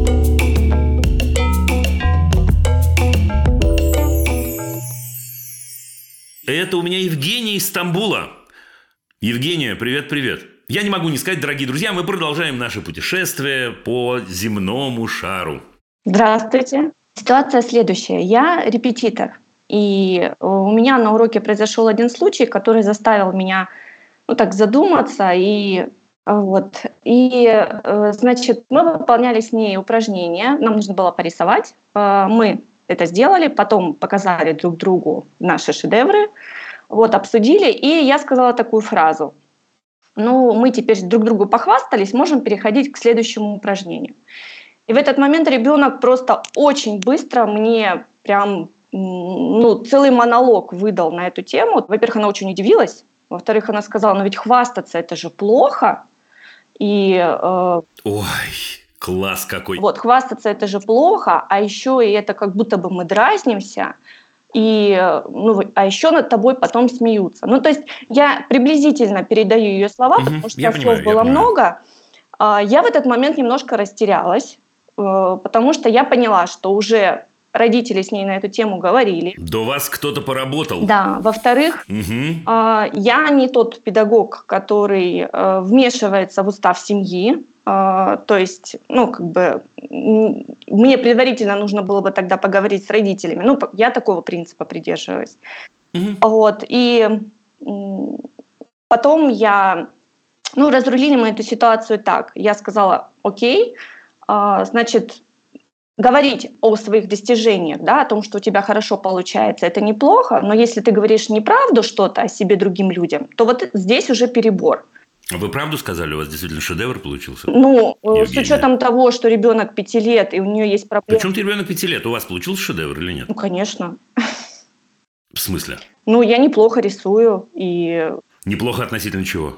Это у меня Евгения из Стамбула. Евгения, привет-привет. Я не могу не сказать, дорогие друзья, мы продолжаем наше путешествие по земному шару. Здравствуйте. Ситуация следующая. Я репетитор. И у меня на уроке произошел один случай, который заставил меня, ну, так задуматься. И, вот. и, значит, мы выполняли с ней упражнения. Нам нужно было порисовать. Мы это сделали, потом показали друг другу наши шедевры. Вот, обсудили, и я сказала такую фразу. Ну, мы теперь друг другу похвастались, можем переходить к следующему упражнению. И в этот момент ребенок просто очень быстро мне прям, ну, целый монолог выдал на эту тему. Во-первых, она очень удивилась. Во-вторых, она сказала, ну ведь хвастаться это же плохо. И, э, Ой, класс какой. Вот, хвастаться это же плохо, а еще и это как будто бы мы дразнимся. И, ну, а еще над тобой потом смеются. Ну, то есть я приблизительно передаю ее слова, угу, потому что слов понимаю, было много. Я в этот момент немножко растерялась, потому что я поняла, что уже родители с ней на эту тему говорили. До вас кто-то поработал. Да. Во-вторых, угу. я не тот педагог, который вмешивается в устав семьи. То есть, ну, как бы, мне предварительно нужно было бы тогда поговорить с родителями. Ну, я такого принципа придерживаюсь. Mm-hmm. Вот, и потом я, ну, разрулили мы эту ситуацию так. Я сказала, окей, значит, говорить о своих достижениях, да, о том, что у тебя хорошо получается, это неплохо, но если ты говоришь неправду что-то о себе другим людям, то вот здесь уже перебор. Вы правду сказали, у вас действительно шедевр получился? Ну, Евгения. С учетом того, что ребенок пяти лет, и у нее есть проблемы. Причем ты ребенок пяти лет, у вас получился шедевр или нет? Ну, конечно. В смысле? Ну, я неплохо рисую, и... Неплохо относительно чего?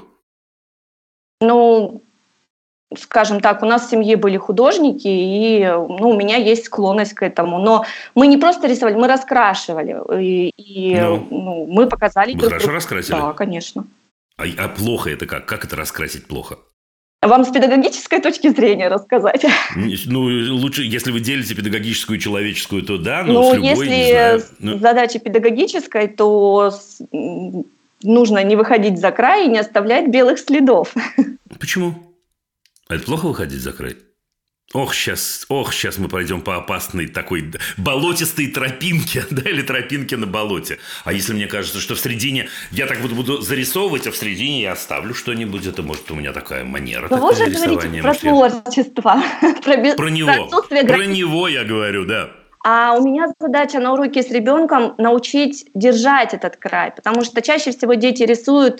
Ну, скажем так, у нас в семье были художники, и ну, у меня есть склонность к этому. Но мы не просто рисовали, мы раскрашивали. И, и ну, ну, мы показали... Вы хорошо раскрасили? Да, конечно. А, а плохо это как? Как это раскрасить плохо? Вам с педагогической точки зрения рассказать? Ну, лучше, если вы делите педагогическую и человеческую, то да, но ну, с любой, если не знаю. Ну... задача педагогической, то нужно не выходить за край и не оставлять белых следов. Почему? Это плохо выходить за край? Ох, сейчас, ох, сейчас мы пойдем по опасной такой болотистой тропинке, да, или тропинке на болоте. А если мне кажется, что в середине я так вот буду зарисовывать, а в середине я оставлю что-нибудь, это может у меня такая манера. Ну, вы же говорите про творчество. Про, про него, про него я говорю, да. А у меня задача на уроке с ребенком научить держать этот край, потому что чаще всего дети рисуют,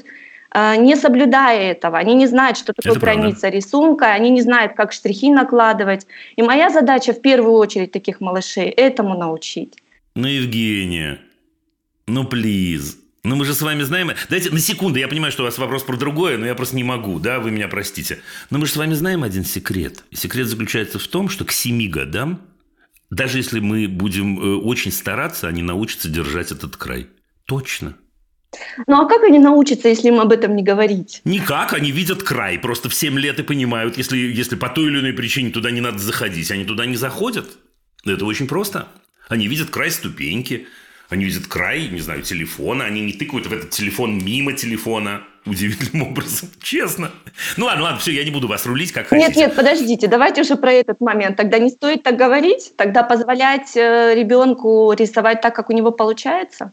не соблюдая этого. Они не знают, что такое граница рисунка, они не знают, как штрихи накладывать. И моя задача в первую очередь таких малышей этому научить. Ну, Евгения, ну, плиз. Ну, мы же с вами знаем... Дайте на секунду, я понимаю, что у вас вопрос про другое, но я просто не могу, да, вы меня простите. Но мы же с вами знаем один секрет. И секрет заключается в том, что к семи годам, даже если мы будем очень стараться, они научатся держать этот край. Точно. Ну, а как они научатся, если им об этом не говорить? Никак, они видят край, просто в семь лет и понимают, если, если по той или иной причине туда не надо заходить, они туда не заходят. Это очень просто. Они видят край ступеньки, они видят край, не знаю, телефона, они не тыкают в этот телефон мимо телефона удивительным образом, честно. Ну ладно, ладно, все, я не буду вас рулить, как хотите. Нет, нет, подождите, давайте уже про этот момент. Тогда не стоит так говорить, тогда позволять ребенку рисовать так, как у него получается?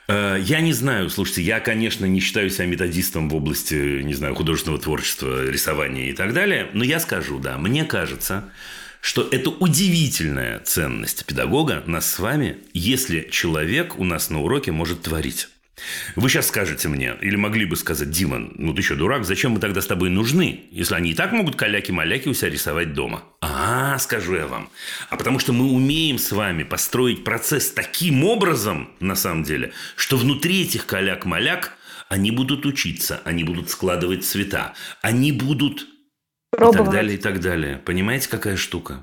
Я не знаю, слушайте, я, конечно, не считаю себя методистом в области, не знаю, художественного творчества, рисования и так далее, но я скажу, да, мне кажется, что это удивительная ценность педагога, нас с вами, если человек у нас на уроке может творить. Вы сейчас скажете мне, или могли бы сказать: Димон, ну ты что, дурак, зачем мы тогда с тобой нужны, если они и так могут каляки-маляки у себя рисовать дома? А, скажу я вам, а потому что мы умеем с вами построить процесс таким образом, на самом деле, что внутри этих каляк-маляк они будут учиться, они будут складывать цвета, они будут... Пробовать. И так далее, и так далее. Понимаете, какая штука?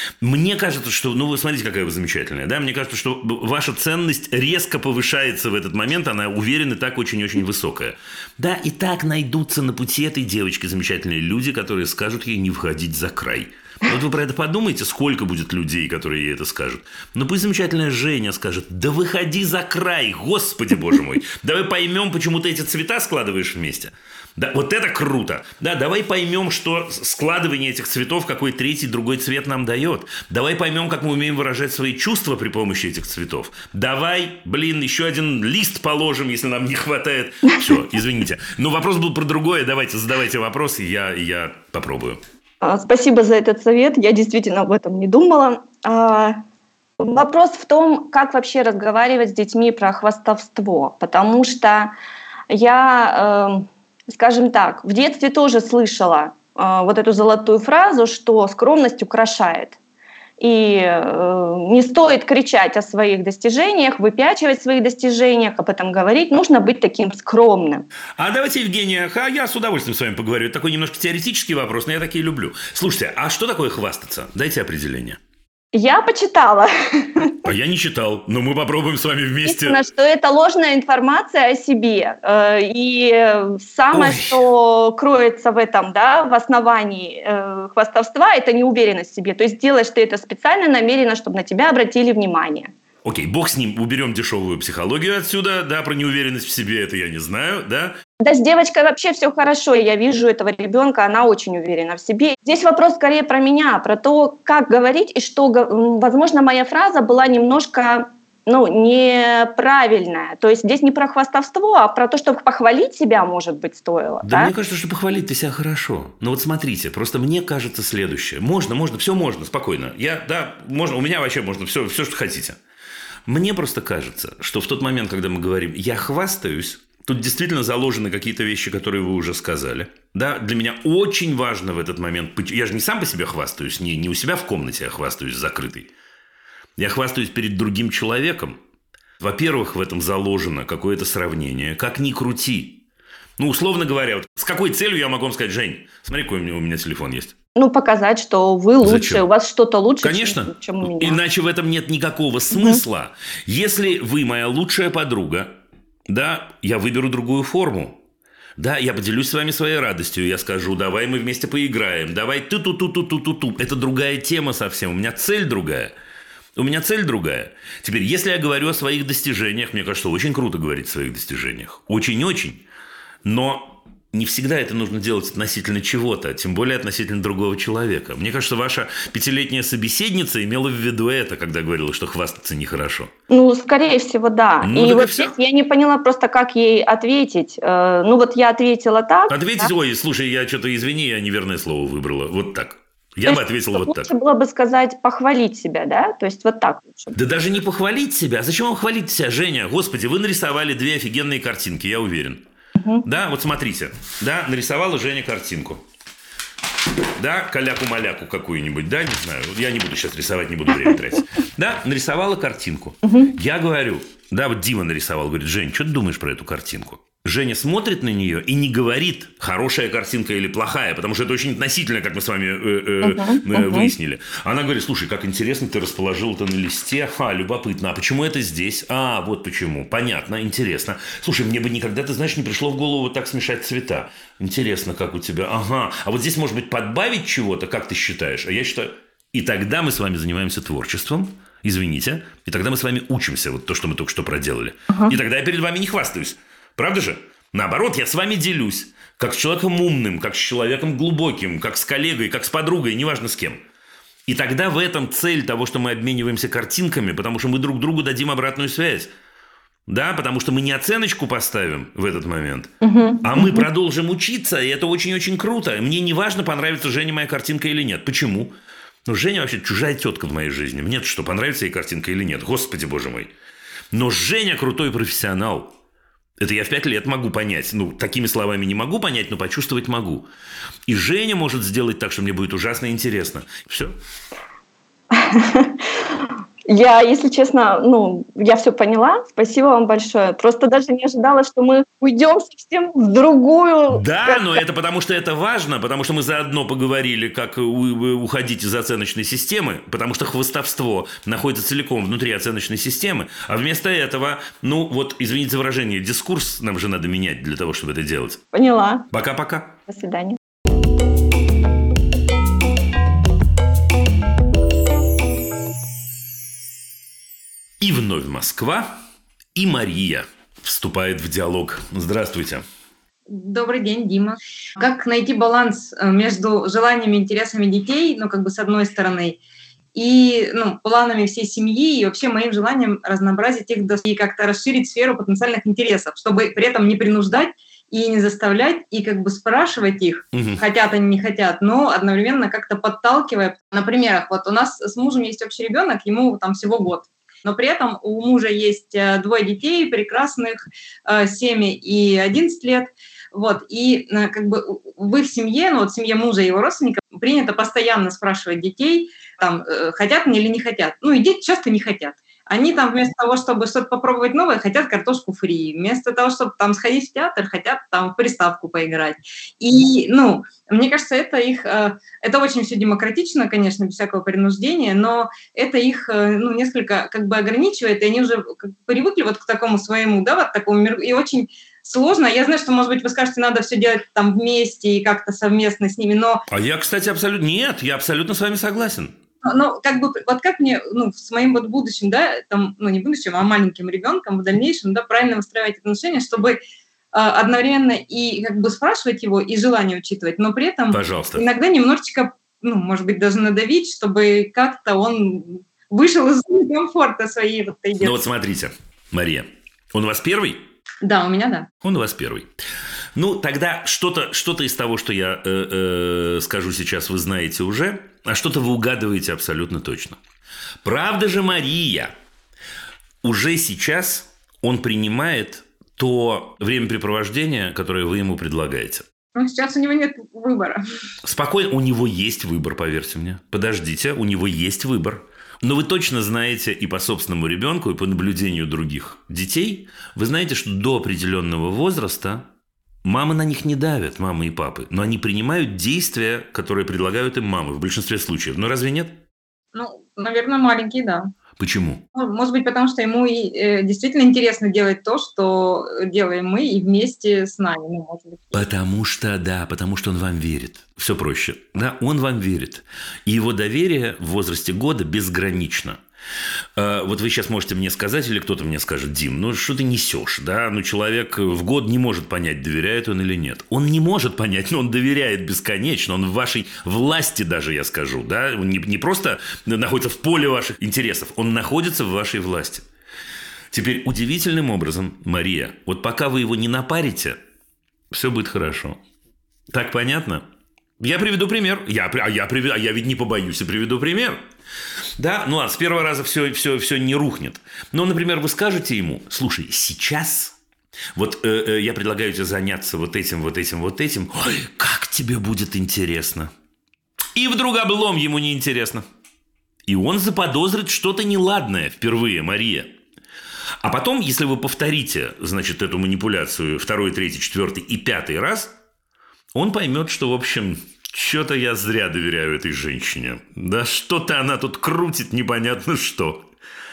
Мне кажется, что... Ну, вы смотрите, какая вы замечательная, да? Мне кажется, что ваша ценность резко повышается в этот момент. Она, уверен, и так очень-очень высокая. Да, и так найдутся на пути этой девочки замечательные люди, которые скажут ей не входить за край. Вот вы про это подумайте, сколько будет людей, которые ей это скажут. Но пусть замечательная Женя скажет: да выходи за край, господи боже мой. Давай поймем, почему ты эти цвета складываешь вместе. Да, вот это круто. Да, давай поймем, что складывание этих цветов, какой третий, другой цвет нам дает. Давай поймем, как мы умеем выражать свои чувства при помощи этих цветов. Давай, блин, еще один лист положим, если нам не хватает. Все, извините. Но вопрос был про другое. Давайте, задавайте вопросы, я, я попробую. Спасибо за этот совет. Я действительно об этом не думала. Вопрос в том, как вообще разговаривать с детьми про хвастовство. Потому что я... Скажем так, в детстве тоже слышала э, вот эту золотую фразу, что скромность украшает. И э, не стоит кричать о своих достижениях, выпячивать своих достижениях, об этом говорить. Нужно быть таким скромным. А давайте, Евгения, а я с удовольствием с вами поговорю. Это такой немножко теоретический вопрос, но я такие люблю. Слушайте, а что такое хвастаться? Дайте определение. Я почитала. А я не читал, но мы попробуем с вами вместе. Естественно, что это ложная информация о себе. И самое, Ой. что кроется в этом, да, в основании хвастовства, это неуверенность в себе. То есть делаешь ты это специально, намеренно, чтобы на тебя обратили внимание. Окей, бог с ним, уберем дешевую психологию отсюда, да, про неуверенность в себе, это я не знаю, да. Да, с девочкой вообще все хорошо, я вижу этого ребенка, она очень уверена в себе. Здесь вопрос скорее про меня, про то, как говорить, и что, возможно, моя фраза была немножко ну, неправильная. То есть здесь не про хвастовство, а про то, чтобы похвалить себя, может быть, стоило. Да, да? Мне кажется, что похвалить-то себя хорошо. Но вот смотрите, просто мне кажется следующее. Можно, можно, все можно, спокойно. Я, да, можно, у меня вообще можно все, все, что хотите. Мне просто кажется, что в тот момент, когда мы говорим «я хвастаюсь», тут действительно заложены какие-то вещи, которые вы уже сказали. Да, для меня очень важно в этот момент... Я же не сам по себе хвастаюсь, не, не у себя в комнате я хвастаюсь закрытой. Я хвастаюсь перед другим человеком. Во-первых, в этом заложено какое-то сравнение. Как ни крути. Ну, условно говоря, вот с какой целью я могу вам сказать: Жень, смотри, какой у меня, у меня телефон есть. Ну, показать, что вы лучше, Зачем? у вас что-то лучше, Конечно. чем, чем у меня. Иначе в этом нет никакого смысла. Угу. Если вы моя лучшая подруга, да, я выберу другую форму. Да, я поделюсь с вами своей радостью. Я скажу: давай мы вместе поиграем. Давай ту-ту-ту-ту-ту-ту-ту. Это другая тема совсем. У меня цель другая. У меня цель другая. Теперь, если я говорю о своих достижениях, мне кажется, очень круто говорить о своих достижениях. Очень-очень. Но не всегда это нужно делать относительно чего-то, тем более относительно другого человека. Мне кажется, ваша пятилетняя собеседница имела в виду это, когда говорила, что хвастаться нехорошо. Ну, скорее всего, да. Ну, и вот и здесь я не поняла просто, как ей ответить. Ну, вот я ответила так. Ответить: да? Ой, слушай, я что-то, извини, я неверное слово выбрала. Вот так. Я То бы есть ответила вот лучше так. было бы сказать похвалить себя, да? То есть вот так лучше. Да даже не похвалить себя. Зачем вам хвалить себя, Женя? Господи, вы нарисовали две офигенные картинки, я уверен. Угу. Да, вот смотрите. Да, нарисовала Женя картинку. Да, каляку-маляку какую-нибудь, да, не знаю. Я не буду сейчас рисовать, не буду время тратить. Да, нарисовала картинку. Угу. Я говорю, да, вот Дима нарисовал, говорит: Жень, что ты думаешь про эту картинку? Женя смотрит на нее и не говорит, хорошая картинка или плохая, потому что это очень относительно, как мы с вами э, э, uh-huh, uh-huh. выяснили. Она говорит: слушай, как интересно ты расположил это на листе. Ха, любопытно. А почему это здесь? А, вот почему. Понятно, интересно. Слушай, мне бы никогда, ты знаешь, не пришло в голову вот так смешать цвета. Интересно, как у тебя. Ага. А вот здесь, может быть, подбавить чего-то, как ты считаешь? А я считаю... И тогда мы с вами занимаемся творчеством. Извините. И тогда мы с вами учимся. Вот то, что мы только что проделали. Uh-huh. И тогда я перед вами не хвастаюсь. Правда же? Наоборот, я с вами делюсь. Как с человеком умным, как с человеком глубоким, как с коллегой, как с подругой, неважно с кем. И тогда в этом цель того, что мы обмениваемся картинками, потому что мы друг другу дадим обратную связь. Да, потому что мы не оценочку поставим в этот момент, uh-huh. а мы uh-huh. продолжим учиться, и это очень-очень круто. Мне не важно, понравится Жене моя картинка или нет. Почему? Ну, Женя вообще чужая тетка в моей жизни. Мне-то что, понравится ей картинка или нет? Господи, боже мой. Но Женя крутой профессионал. Это я в пять лет могу понять. Ну, такими словами не могу понять, но почувствовать могу. И Женя может сделать так, что мне будет ужасно интересно. Все. Я, если честно, ну, я все поняла. Спасибо вам большое. Просто даже не ожидала, что мы уйдем совсем в другую... Да, но это потому, что это важно, потому что мы заодно поговорили, как уходить из оценочной системы, потому что хвастовство находится целиком внутри оценочной системы, а вместо этого, ну, вот, извините за выражение, дискурс нам же надо менять для того, чтобы это делать. Поняла. Пока-пока. До свидания. И вновь Москва, и Мария вступает в диалог. Здравствуйте. Добрый день, Дима. Как найти баланс между желаниями и интересами детей, ну, как бы с одной стороны, и ну, планами всей семьи, и вообще моим желанием разнообразить их и как-то расширить сферу потенциальных интересов, чтобы при этом не принуждать и не заставлять, и как бы спрашивать их, угу. хотят они, не хотят, но одновременно как-то подталкивая. На примерах, вот у нас с мужем есть общий ребенок, ему там всего год. Но при этом у мужа есть двое детей, прекрасных, семь и одиннадцать лет. Вот. И как бы в их семье, ну вот в семье мужа и его родственников принято постоянно спрашивать детей, там, хотят они или не хотят. Ну и дети часто не хотят. Они там вместо того, чтобы что-то попробовать новое, хотят картошку фри. Вместо того, чтобы там сходить в театр, хотят там в приставку поиграть. И, ну, мне кажется, это их... Это очень все демократично, конечно, без всякого принуждения, но это их, ну, несколько как бы ограничивает, и они уже привыкли вот к такому своему, да, вот такому миру. И очень сложно. Я знаю, что, может быть, вы скажете, надо все делать там вместе и как-то совместно с ними, но... А я, кстати, абсолютно... Нет, я абсолютно с вами согласен. Ну, как бы, вот как мне, ну, с моим вот будущим, да, там, ну, не будущим, а маленьким ребенком в дальнейшем, да, правильно выстраивать отношения, чтобы э, одновременно и как бы спрашивать его, и желание учитывать, но при этом Пожалуйста. Иногда немножечко, ну, может быть, даже надавить, чтобы как-то он вышел из зоны комфорта своей вот этой детской. Ну вот смотрите, Мария, он у вас первый? Да, у меня да. Он у вас первый. Ну, тогда что-то, что-то из того, что я э, э, скажу сейчас, вы знаете уже, а что-то вы угадываете абсолютно точно. Правда же, Мария, уже сейчас он принимает то времяпрепровождение, которое вы ему предлагаете. Ну, сейчас у него нет выбора. Спокойно, у него есть выбор, поверьте мне. Подождите, у него есть выбор. Но вы точно знаете и по собственному ребенку, и по наблюдению других детей, вы знаете, что до определенного возраста мамы на них не давят, мамы и папы, но они принимают действия, которые предлагают им мамы в большинстве случаев. Ну, разве нет? Ну, наверное, маленький, да. Почему? Ну, может быть, потому что ему и, э, действительно интересно делать то, что делаем мы, и вместе с нами. Ну, может быть. Потому что, да, потому что он вам верит. Все проще. Да, он вам верит. И его доверие в возрасте года безгранично. Вот вы сейчас можете мне сказать, или кто-то мне скажет: Дим, ну что ты несешь, да? Ну человек в год не может понять, доверяет он или нет. Он не может понять, но он доверяет бесконечно, он в вашей власти даже, я скажу, да? Он не, не просто находится в поле ваших интересов, он находится в вашей власти. Теперь удивительным образом, Мария, вот пока вы его не напарите, все будет хорошо. Так понятно? Я приведу пример. Я, а, я приведу, а я ведь не побоюсь и приведу пример. Да, ну ладно, с первого раза все, все, все не рухнет. Но, например, вы скажете ему: слушай, сейчас вот э, э, я предлагаю тебе заняться вот этим, вот этим, вот этим. Ой, как тебе будет интересно. И вдруг облом, ему неинтересно. И он заподозрит что-то неладное впервые, Мария. А потом, если вы повторите, значит, эту манипуляцию второй, третий, четвертый и пятый раз, он поймет, что, в общем, что-то я зря доверяю этой женщине. Да что-то она тут крутит непонятно что.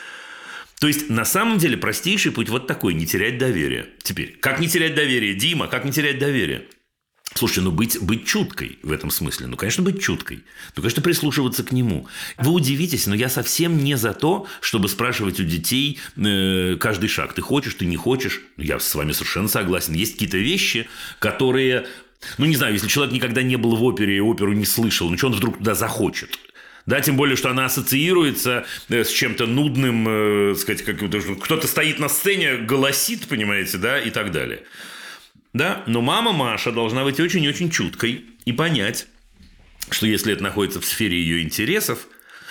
То есть, на самом деле, простейший путь вот такой – не терять доверие. Теперь, как не терять доверие, Дима, как не терять доверие? Слушайте, ну быть, быть чуткой в этом смысле. Ну, конечно, быть чуткой. Ну, конечно, прислушиваться к нему. Вы удивитесь, но я совсем не за то, чтобы спрашивать у детей э, каждый шаг. Ты хочешь, ты не хочешь. Я с вами совершенно согласен. Есть какие-то вещи, которые... Ну, не знаю, если человек никогда не был в опере и оперу не слышал, ну, что он вдруг туда захочет? Да, тем более, что она ассоциируется с чем-то нудным, э, сказать, как кто-то стоит на сцене, голосит, понимаете, да, и так далее. Да, но мама Маша должна быть очень-очень чуткой и понять, что если это находится в сфере ее интересов,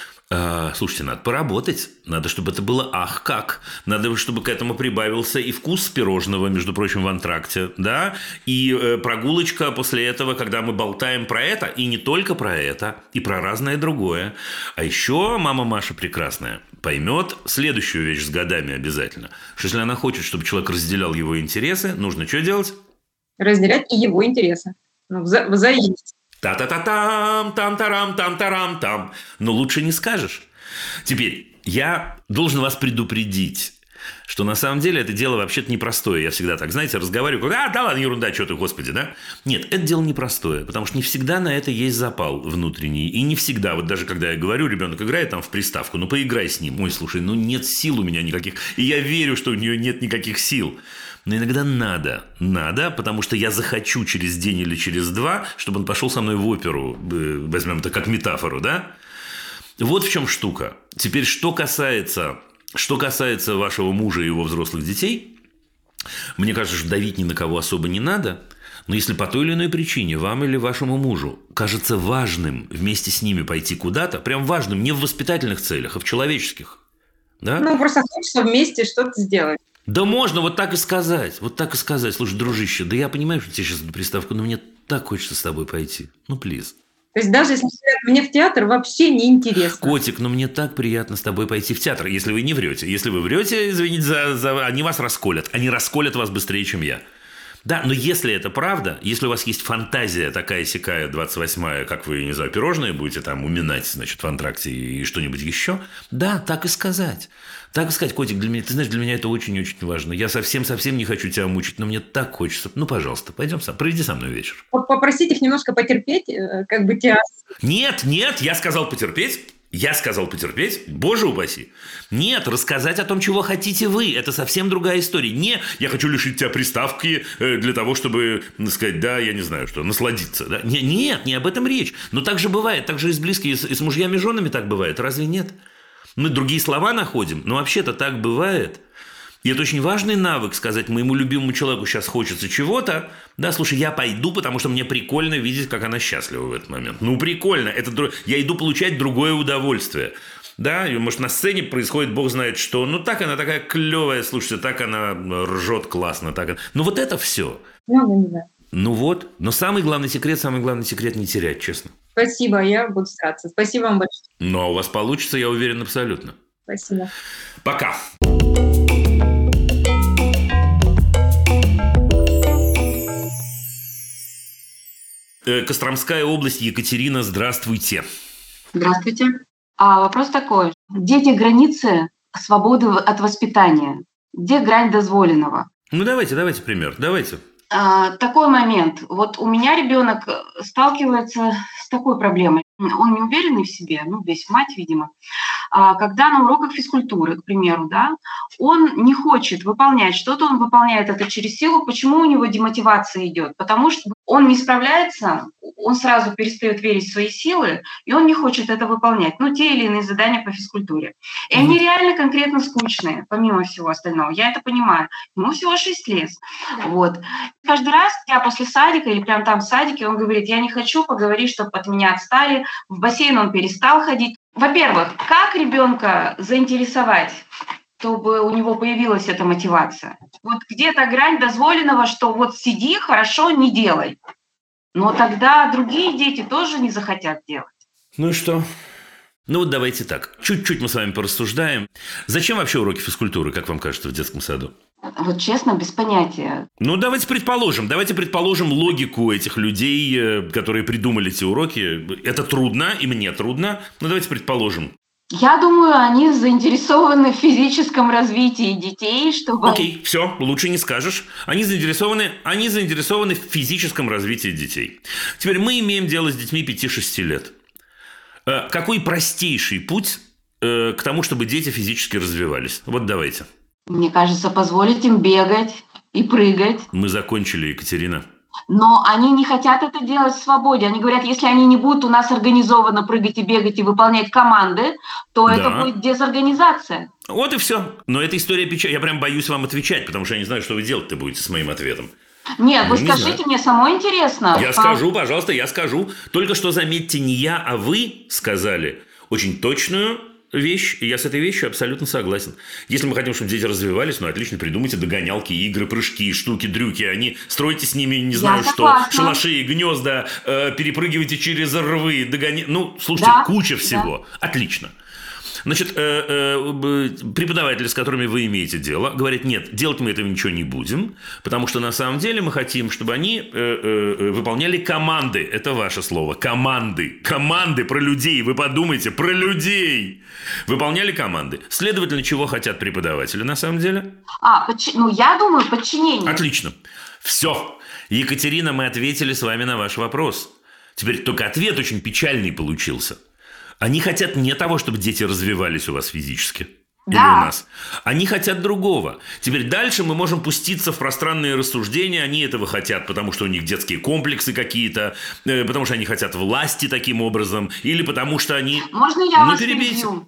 э, слушайте, надо поработать, надо, чтобы это было ах как, надо, чтобы к этому прибавился и вкус пирожного, между прочим, в антракте, да, и э, прогулочка после этого, когда мы болтаем про это, и не только про это, и про разное другое. А еще мама Маша прекрасная поймет следующую вещь с годами обязательно, что если она хочет, чтобы человек разделял его интересы, нужно что делать? Разделять и его интересы. Ну, вза- взаимность. Та-та-та-там, там-тарам, там-тарам-там. Но лучше не скажешь. Теперь, я должен вас предупредить, что на самом деле это дело вообще-то непростое. Я всегда так, знаете, разговариваю, а, да ладно, ерунда, что ты, господи, да? Нет, это дело непростое, потому что не всегда на это есть запал внутренний. И не всегда, вот даже когда я говорю, ребенок играет там в приставку, ну поиграй с ним. Ой, слушай, ну нет сил у меня никаких. И я верю, что у нее нет никаких сил. Но иногда надо, надо, потому что я захочу через день или через два, чтобы он пошел со мной в оперу, возьмем это как метафору, да? Вот в чем штука. Теперь, что касается, что касается вашего мужа и его взрослых детей, мне кажется, что давить ни на кого особо не надо, но если по той или иной причине вам или вашему мужу кажется важным вместе с ними пойти куда-то, прям важным, не в воспитательных целях, а в человеческих, да? Ну, просто хочется вместе что-то сделать. Да можно вот так и сказать, вот так и сказать. Слушай, дружище, да я понимаю, что тебе сейчас эту приставку, но мне так хочется с тобой пойти. Ну, плиз. То есть даже если мне в театр вообще не интересно. Котик, ну мне так приятно с тобой пойти в театр, если вы не врете. Если вы врете, извините, за, за... они вас расколят. Они расколят вас быстрее, чем я. Да, но если это правда, если у вас есть фантазия такая-сякая, двадцать восьмая, как вы, не знаю, пирожные будете там уминать, значит, в антракте и что-нибудь еще, да, так и сказать. Так и сказать, котик, для меня, ты знаешь, для меня это очень-очень важно. Я совсем-совсем не хочу тебя мучить, но мне так хочется. Ну, пожалуйста, пойдем сам, проведи со мной вечер. Попросить их немножко потерпеть, как бы тебя... Нет, нет, я сказал потерпеть. Я сказал потерпеть, боже упаси. Нет, рассказать о том, чего хотите вы. Это совсем другая история. Не, я хочу лишить тебя приставки для того, чтобы сказать, да, я не знаю что, насладиться. Да? Не, нет, не об этом речь. Но так же бывает, так же и с близкими, и с, и с мужьями и женами так бывает. Разве нет? Мы другие слова находим, но вообще-то так бывает. И это очень важный навык, сказать моему любимому человеку сейчас хочется чего-то. Да, слушай, я пойду, потому что мне прикольно видеть, как она счастлива в этот момент. Ну, прикольно. Это, я иду получать другое удовольствие. Да, и, может, на сцене происходит бог знает что. Ну, так она такая клевая, слушайте, так она ржет классно. Так. Ну, вот это все. Ну, да. Ну вот. Но самый главный секрет, самый главный секрет не терять, честно. Спасибо, я буду стараться. Спасибо вам большое. Ну, а у вас получится, я уверен, абсолютно. Спасибо. Пока. Костромская область, Екатерина, здравствуйте. Здравствуйте. А вопрос такой. Где эти границы свободы от воспитания? Где грань дозволенного? Ну, давайте, давайте пример, давайте. А, такой момент. Вот у меня ребенок сталкивается с такой проблемой. Он не уверенный в себе, ну, весь в мать, видимо. А, когда на уроках физкультуры, к примеру, да, он не хочет выполнять что-то, он выполняет это через силу. Почему у него демотивация идет? Потому что он не справляется, он сразу перестает верить в свои силы, и он не хочет это выполнять. Ну, те или иные задания по физкультуре. И они реально конкретно скучные, помимо всего остального. Я это понимаю. Ему всего шесть лет. Вот. Каждый раз, я после садика или прямо там в садике, он говорит, я не хочу поговорить, чтобы от меня отстали. В бассейн он перестал ходить. Во-первых, как ребенка заинтересовать, чтобы у него появилась эта мотивация? Вот где-то грань дозволенного, что вот сиди, хорошо, не делай. Но тогда другие дети тоже не захотят делать. Ну и что? Ну вот давайте так. Чуть-чуть мы с вами порассуждаем. Зачем вообще уроки физкультуры, как вам кажется, в детском саду? Вот честно, без понятия. Ну, давайте предположим. Давайте предположим логику этих людей, которые придумали эти уроки. Это трудно, и мне трудно. Но давайте предположим. Я думаю, они заинтересованы в физическом развитии детей, чтобы... Окей, все, лучше не скажешь. Они заинтересованы, они заинтересованы в физическом развитии детей. Теперь мы имеем дело с детьми пяти-шести лет. Какой простейший путь к тому, чтобы дети физически развивались? Вот давайте. Мне кажется, позволить им бегать и прыгать. Мы закончили, Екатерина. Но они не хотят это делать в свободе. Они говорят, если они не будут у нас организованно прыгать и бегать и выполнять команды, то да. это будет дезорганизация. Вот и все. Но эта история печальная. Я прям боюсь вам отвечать, потому что я не знаю, что вы делать-то будете с моим ответом. Нет, вы не скажите, знаю. Мне самой интересно. Я а... скажу, пожалуйста, я скажу. Только что, заметьте, не я, а вы сказали очень точную вещь, и я с этой вещью абсолютно согласен. Если мы хотим, чтобы дети развивались, ну, отлично, придумайте догонялки, игры, прыжки, штуки, дрюки. Они строите с ними, не знаю, что, шалаши и гнезда, э, перепрыгивайте через рвы, догоня... Ну, слушайте, да, куча всего. Да. Отлично. Значит, э, э, преподаватели, с которыми вы имеете дело, говорят, нет, делать мы этого ничего не будем, потому что на самом деле мы хотим, чтобы они э, э, выполняли команды. Это ваше слово. Команды. Команды про людей. Вы подумайте, про людей. Выполняли команды. Следовательно, чего хотят преподаватели на самом деле? А, подч... ну, я думаю, подчинение. Отлично. Все. Екатерина, мы ответили с вами на ваш вопрос. Теперь только ответ очень печальный получился. Они хотят не того, чтобы дети развивались у вас физически. Или да. у нас. Они хотят другого. Теперь дальше мы можем пуститься в пространные рассуждения. Они этого хотят, потому что у них детские комплексы какие-то, потому что они хотят власти таким образом, или потому что они... Можно я ну, вас перебью?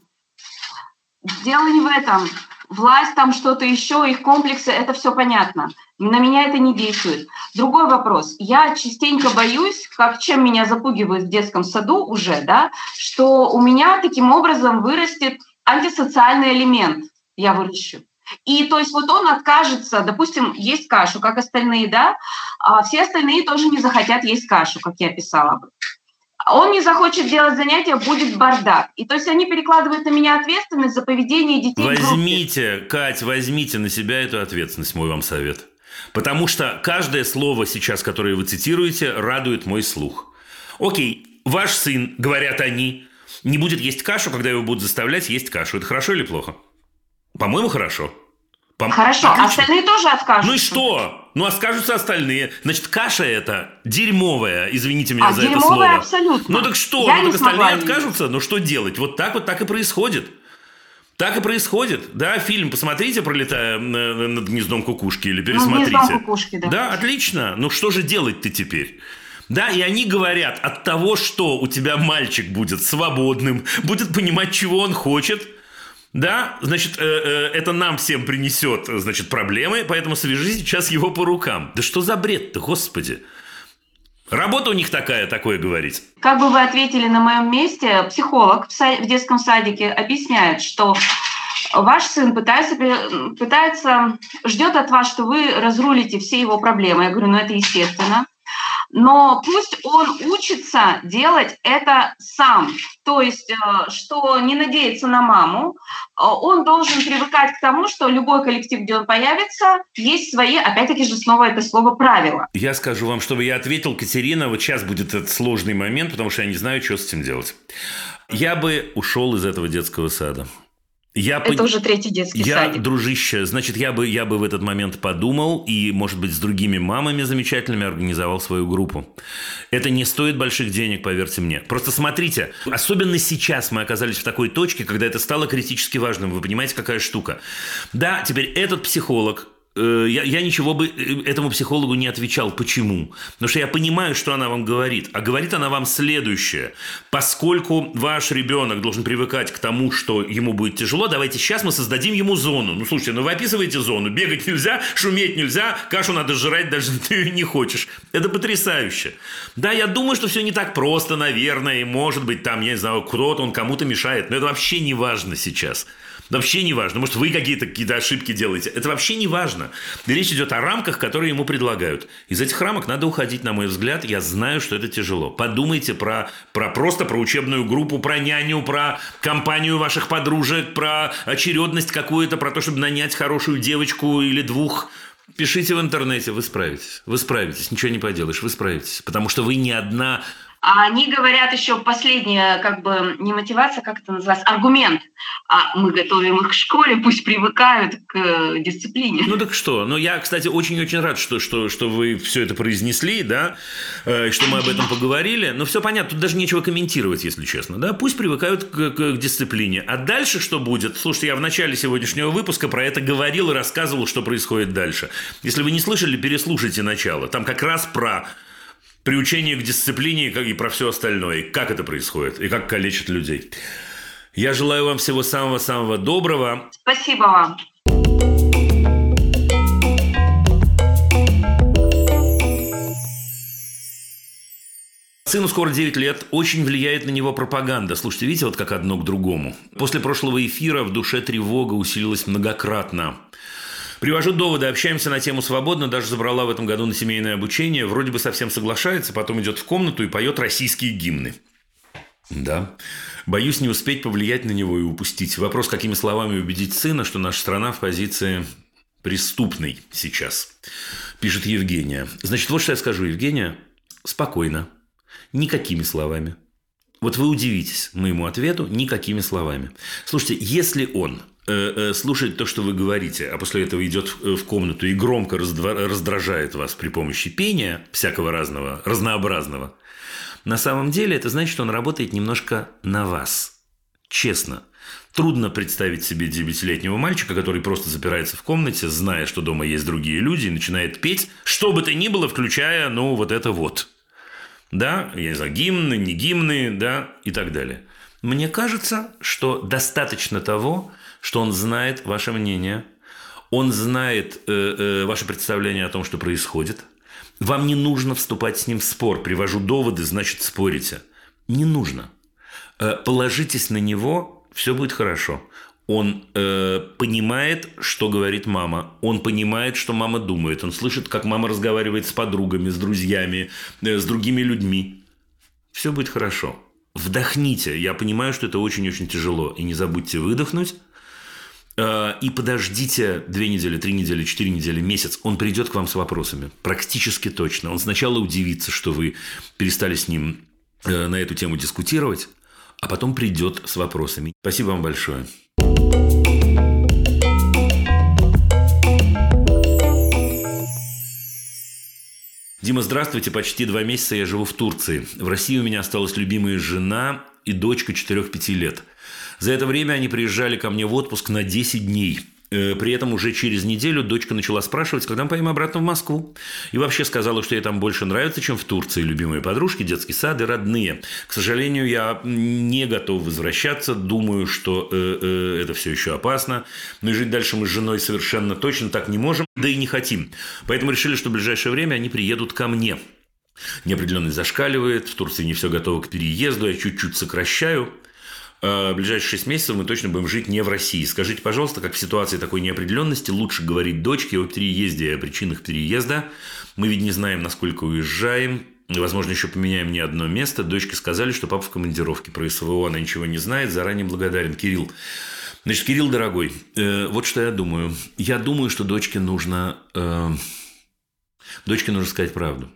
Дело не в этом. Власть, там что-то еще, их комплексы, это все понятно. На меня это не действует. Другой вопрос. Я частенько боюсь, как чем меня запугивают в детском саду уже, да, что у меня таким образом вырастет антисоциальный элемент. Я выращу. И то есть вот он откажется, допустим, есть кашу, как остальные, да, а все остальные тоже не захотят есть кашу, как я писала бы. Он не захочет делать занятия, будет бардак. И то есть они перекладывают на меня ответственность за поведение детей. Возьмите, Кать, возьмите на себя эту ответственность, мой вам совет. Потому что каждое слово сейчас, которое вы цитируете, радует мой слух. Окей, ваш сын, говорят они, не будет есть кашу, когда его будут заставлять есть кашу. Это хорошо или плохо? По-моему, хорошо. По- Хорошо, Отлично. Остальные тоже откажутся. Ну и что? Ну, откажутся остальные. Значит, каша это дерьмовая, извините меня а за это слово. Дерьмовая абсолютно. Ну так что? Я ну так остальные есть. откажутся? Ну что делать? Вот так вот так и происходит. Так и происходит. Да, фильм посмотрите, пролетая над гнездом кукушки, или пересмотрите. Ну, гнездом кукушки, да. Да, отлично. Ну что же делать-то теперь? Да, и они говорят, от того, что у тебя мальчик будет свободным, будет понимать, чего он хочет, Да, значит, это нам всем принесет, значит, проблемы, поэтому свяжи сейчас его по рукам. Да что за бред-то, господи? Работа у них такая, такое говорить. Как бы вы ответили на моем месте, психолог в детском садике объясняет, что ваш сын пытается, пытается, ждет от вас, что вы разрулите все его проблемы. Я говорю, ну это естественно. Но пусть он учится делать это сам. То есть, что не надеяться на маму. Он должен привыкать к тому, что любой коллектив, где он появится, есть свои, опять-таки же снова это слово, правила. Я скажу вам, чтобы я ответил, Катерина, вот сейчас будет этот сложный момент, потому что я не знаю, что с этим делать. Я бы ушел из этого детского сада. Я Это пон... уже третий детский я, садик. Дружище, значит, я бы, я бы в этот момент подумал и, может быть, с другими мамами замечательными организовал свою группу. Это не стоит больших денег, поверьте мне. Просто смотрите, особенно сейчас мы оказались в такой точке, когда это стало критически важным. Вы понимаете, какая штука? Да, теперь этот психолог... Я, я ничего бы этому психологу не отвечал. Почему? Потому что я понимаю, что она вам говорит. А говорит она вам следующее. Поскольку ваш ребенок должен привыкать к тому, что ему будет тяжело, давайте сейчас мы создадим ему зону. Ну, слушайте, ну вы описываете зону. Бегать нельзя, шуметь нельзя, кашу надо жрать, даже ты ее не хочешь. Это потрясающе. Да, я думаю, что все не так просто, наверное. И может быть, там, я не знаю, кто-то, он кому-то мешает. Но это вообще не важно сейчас. Вообще не важно. Может, вы какие-то, какие-то ошибки делаете. Это вообще не важно. Речь идет о рамках, которые ему предлагают. Из этих рамок надо уходить, на мой взгляд. Я знаю, что это тяжело. Подумайте про, про просто про учебную группу, про няню, про компанию ваших подружек, про очередность какую-то, про то, чтобы нанять хорошую девочку или двух. Пишите в интернете, вы справитесь. Вы справитесь. Ничего не поделаешь, вы справитесь. Потому что вы не одна... А они говорят еще последнее, как бы не мотивация, как это называется, аргумент. А мы готовим их к школе, пусть привыкают к дисциплине. Ну так что? Ну я, кстати, очень-очень рад, что, что, что вы все это произнесли, да, что мы об этом поговорили. Но все понятно, тут даже нечего комментировать, если честно. Да? Пусть привыкают к, к, к дисциплине. А дальше что будет? Слушайте, я в начале сегодняшнего выпуска про это говорил и рассказывал, что происходит дальше. Если вы не слышали, переслушайте начало. Там как раз про... приучение к дисциплине и про все остальное. И как это происходит, и как калечат людей. Я желаю вам всего самого-самого доброго. Спасибо вам. Сыну скоро девять лет. Очень влияет на него пропаганда. Слушайте, видите, вот как одно к другому. После прошлого эфира в душе тревога усилилась многократно. Привожу доводы, общаемся на тему свободно, даже забрала в этом году на семейное обучение, вроде бы совсем соглашается, потом идет в комнату и поет российские гимны. Да. Боюсь не успеть повлиять на него и упустить. Вопрос, какими словами убедить сына, что наша страна в позиции преступной сейчас. Пишет Евгения. Значит, вот что я скажу, Евгения. Спокойно. Никакими словами. Вот вы удивитесь моему ответу, никакими словами. Слушайте, если он... слушает то, что вы говорите, а после этого идет в комнату и громко раздражает вас при помощи пения всякого разного, разнообразного, на самом деле это значит, что он работает немножко на вас. Честно. Трудно представить себе девятилетнего мальчика, который просто запирается в комнате, зная, что дома есть другие люди, и начинает петь, что бы то ни было, включая, ну, вот это вот. Да, я не знаю, гимны, не гимны, да, и так далее. Мне кажется, что достаточно того, что он знает ваше мнение, он знает э, э, ваше представление о том, что происходит. Вам не нужно вступать с ним в спор. Привожу доводы, значит, спорите. Не нужно. Э, положитесь на него, все будет хорошо. Он э, понимает, что говорит мама. Он понимает, что мама думает. Он слышит, как мама разговаривает с подругами, с друзьями, э, с другими людьми. Все будет хорошо. Вдохните. Я понимаю, что это очень-очень тяжело. И не забудьте выдохнуть. И подождите две недели, три недели, четыре недели, месяц. Он придет к вам с вопросами. Практически точно. Он сначала удивится, что вы перестали с ним на эту тему дискутировать, а потом придет с вопросами. Спасибо вам большое. Дима, здравствуйте. Почти два месяца я живу в Турции. В России у меня осталась любимая жена и дочка четыре-пять лет. За это время они приезжали ко мне в отпуск на десять дней. При этом уже через неделю дочка начала спрашивать, когда мы поедем обратно в Москву. И вообще сказала, что ей там больше нравится, чем в Турции. Любимые подружки, детский сад и родные. К сожалению, я не готов возвращаться. Думаю, что э, э, это все еще опасно. Но и жить дальше мы с женой совершенно точно так не можем. Да и не хотим. Поэтому решили, что в ближайшее время они приедут ко мне. Неопределенность зашкаливает. В Турции не все готово к переезду. Я чуть-чуть сокращаю. В ближайшие шесть месяцев мы точно будем жить не в России. Скажите, пожалуйста, как в ситуации такой неопределенности лучше говорить дочке о переезде и о причинах переезда? Мы ведь не знаем, насколько уезжаем. Возможно, еще поменяем не одно место. Дочке сказали, что папа в командировке. Про СВО она ничего не знает. Заранее благодарен. Кирилл. Значит, Кирилл, дорогой, э, вот что я думаю. Я думаю, что дочке нужно... Э, дочке нужно сказать правду.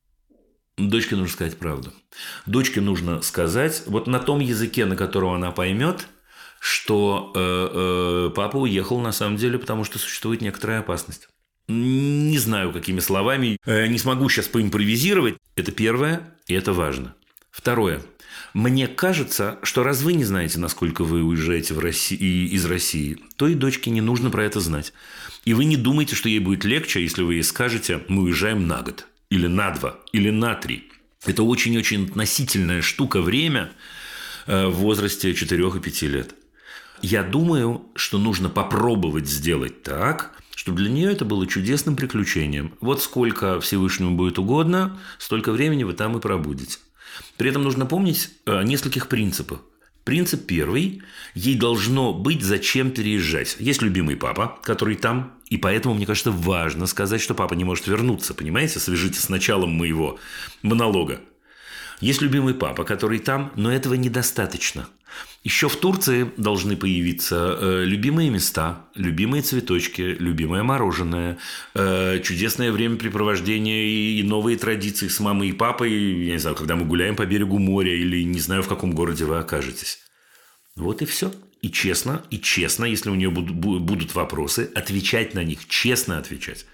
Дочке нужно сказать правду. Дочке нужно сказать, вот на том языке, на котором она поймет, что э, э, папа уехал на самом деле, потому что существует некоторая опасность. Не знаю, какими словами, э, не смогу сейчас поимпровизировать. Это первое, и это важно. Второе. Мне кажется, что раз вы не знаете, насколько вы уезжаете в России, из России, то и дочке не нужно про это знать. И вы не думаете, что ей будет легче, если вы ей скажете: мы уезжаем на год. Или на два, или на три. Это очень-очень относительная штука, время в возрасте четырёх и пяти лет. Я думаю, что нужно попробовать сделать так, чтобы для нее это было чудесным приключением. Вот сколько Всевышнему будет угодно, столько времени вы там и пробудете. При этом нужно помнить о нескольких принципах. Принцип первый. Ей должно быть зачем переезжать. Есть любимый папа, который там. И поэтому, мне кажется, важно сказать, что папа не может вернуться. Понимаете? Свяжите с началом моего монолога. Есть любимый папа, который там, но этого недостаточно. Еще в Турции должны появиться э, любимые места, любимые цветочки, любимое мороженое, э, чудесное времяпрепровождение и, и новые традиции с мамой и папой. Я не знаю, когда мы гуляем по берегу моря или не знаю, в каком городе вы окажетесь. Вот и все. И честно, и честно, если у нее будут, будут вопросы, отвечать на них, честно отвечать.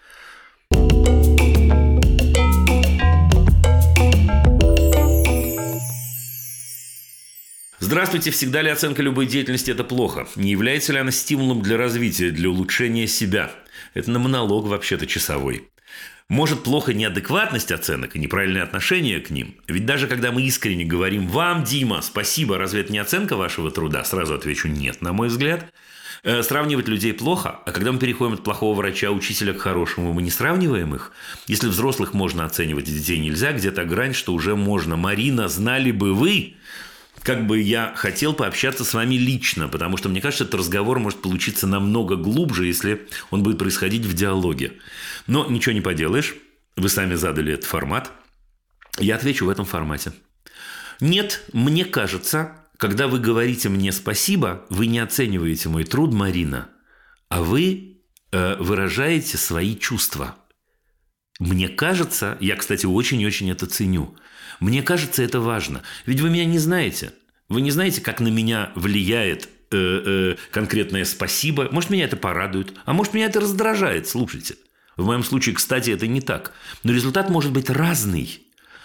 Здравствуйте. Всегда ли оценка любой деятельности – это плохо? Не является ли она стимулом для развития, для улучшения себя? Это на монолог вообще-то часовой. Может, плохо неадекватность оценок и неправильное отношение к ним? Ведь даже когда мы искренне говорим «Вам, Дима, спасибо, разве это не оценка вашего труда?» Сразу отвечу «Нет», на мой взгляд. Э, сравнивать людей плохо, а когда мы переходим от плохого врача, учителя к хорошему, мы не сравниваем их? Если взрослых можно оценивать, а детей нельзя, где-то грань, что уже можно. Марина, знали бы вы, как бы я хотел пообщаться с вами лично, потому что, мне кажется, этот разговор может получиться намного глубже, если он будет происходить в диалоге. Но ничего не поделаешь, вы сами задали этот формат, я отвечу в этом формате. Нет, мне кажется, когда вы говорите мне спасибо, вы не оцениваете мой труд, Марина, а вы э, выражаете свои чувства. Мне кажется, я, кстати, очень-очень это ценю. Мне кажется, это важно. Ведь вы меня не знаете. Вы не знаете, как на меня влияет э, э, конкретное спасибо. Может, меня это порадует, а может, меня это раздражает. Слушайте. В моем случае, кстати, это не так. Но результат может быть разный.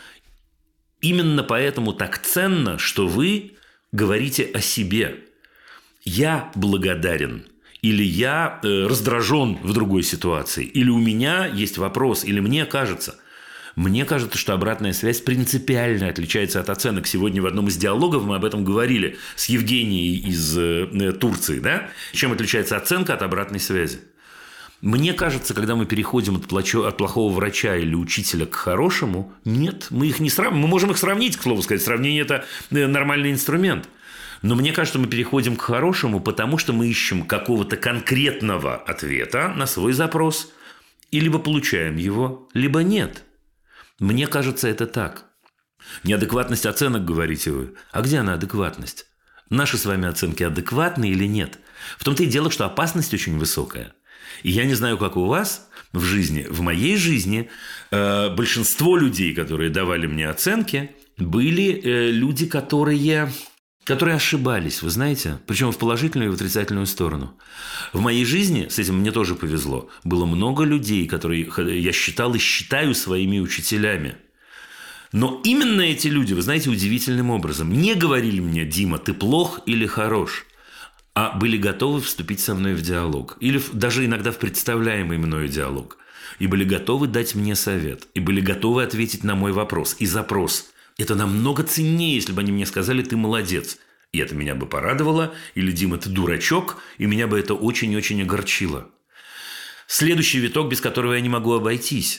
Именно поэтому так ценно, что вы говорите о себе. Я благодарен. Или я э, раздражен в другой ситуации. Или у меня есть вопрос. Или мне кажется... Мне кажется, что обратная связь принципиально отличается от оценок. Сегодня в одном из диалогов мы об этом говорили с Евгенией из э, Турции. Да? Чем отличается оценка от обратной связи? Мне кажется, когда мы переходим от, плачо, от плохого врача или учителя к хорошему, нет, мы их не сравним. Мы можем их сравнить, к слову сказать. Сравнение – это нормальный инструмент. Но мне кажется, мы переходим к хорошему, потому что мы ищем какого-то конкретного ответа на свой запрос. И либо получаем его, либо нет. Мне кажется, это так. Неадекватность оценок, говорите вы. А где она, адекватность? Наши с вами оценки адекватны или нет? В том-то и дело, что опасность очень высокая. И я не знаю, как у вас в жизни. В моей жизни э, большинство людей, которые давали мне оценки, были э, люди, которые... которые ошибались, вы знаете, причем в положительную и в отрицательную сторону. В моей жизни, с этим мне тоже повезло, было много людей, которые я считал и считаю своими учителями. Но именно эти люди, вы знаете, удивительным образом не говорили мне: Дима, ты плох или хорош. а были готовы вступить со мной в диалог. Или даже иногда в представляемый мною диалог. И были готовы дать мне совет. И были готовы ответить на мой вопрос и запрос. Это намного ценнее, если бы они мне сказали: ты молодец. И это меня бы порадовало. Или: Дима, ты дурачок. И меня бы это очень-очень огорчило. Следующий виток, без которого я не могу обойтись.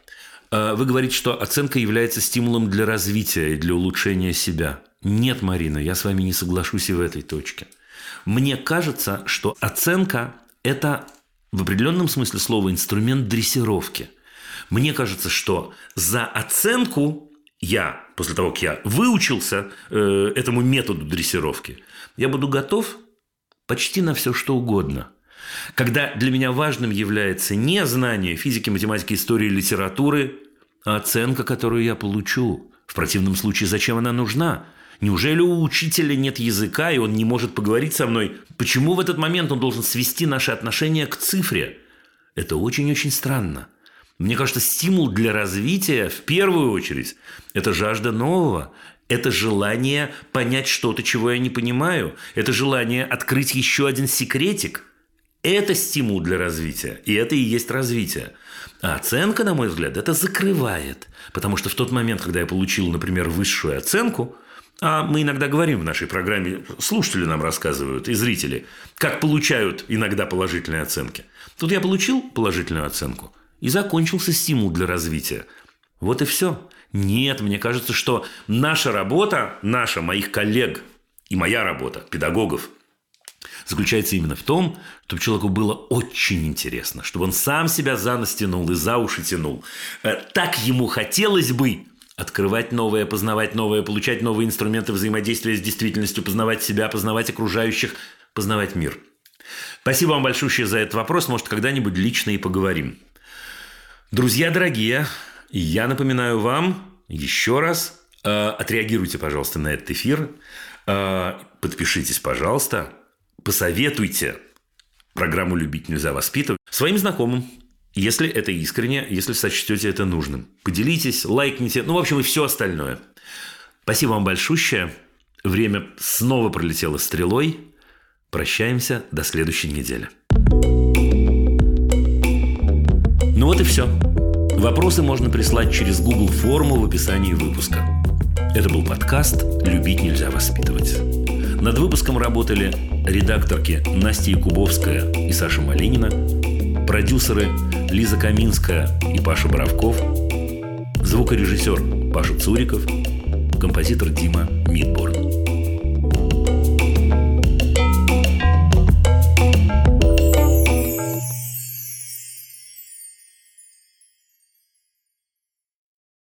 Вы говорите, что оценка является стимулом для развития и для улучшения себя. Нет, Марина, я с вами не соглашусь и в этой точке. Мне кажется, что оценка – это в определенном смысле слова инструмент дрессировки. Мне кажется, что за оценку я, после того, как я выучился э, этому методу дрессировки, я буду готов почти на все, что угодно. Когда для меня важным является не знание физики, математики, истории, литературы, а оценка, которую я получу. В противном случае, зачем она нужна? Неужели у учителя нет языка, и он не может поговорить со мной? Почему в этот момент он должен свести наши отношения к цифре? Это очень-очень странно. Мне кажется, стимул для развития, в первую очередь, это жажда нового. Это желание понять что-то, чего я не понимаю. Это желание открыть еще один секретик. Это стимул для развития. И это и есть развитие. А оценка, на мой взгляд, это закрывает. Потому что в тот момент, когда я получил, например, высшую оценку, а мы иногда говорим в нашей программе, слушатели нам рассказывают и зрители, как получают иногда положительные оценки. Тут я получил положительную оценку, и закончился стимул для развития. Вот и все. Нет, мне кажется, что наша работа, наша, моих коллег и моя работа, педагогов, заключается именно в том, чтобы человеку было очень интересно, чтобы он сам себя за нос тянул и за уши тянул. Так ему хотелось бы открывать новое, познавать новое, получать новые инструменты взаимодействия с действительностью, познавать себя, познавать окружающих, познавать мир. Спасибо вам большое за этот вопрос. Может, когда-нибудь лично и поговорим. Друзья дорогие, я напоминаю вам еще раз, э, отреагируйте, пожалуйста, на этот эфир, э, подпишитесь, пожалуйста, посоветуйте программу «Любить нельзя воспитывать» своим знакомым, если это искренне, если сочтете это нужным. Поделитесь, лайкните, ну, в общем, и все остальное. Спасибо вам большущее. Время снова пролетело стрелой. Прощаемся до следующей недели. Ну вот и все. Вопросы можно прислать через Google форму в описании выпуска. Это был подкаст «Любить нельзя воспитывать». Над выпуском работали редакторки Настя Якубовская и Саша Малинина, продюсеры Лиза Каминская и Паша Боровков, звукорежиссер Паша Цуриков, композитор Дима Мидборн.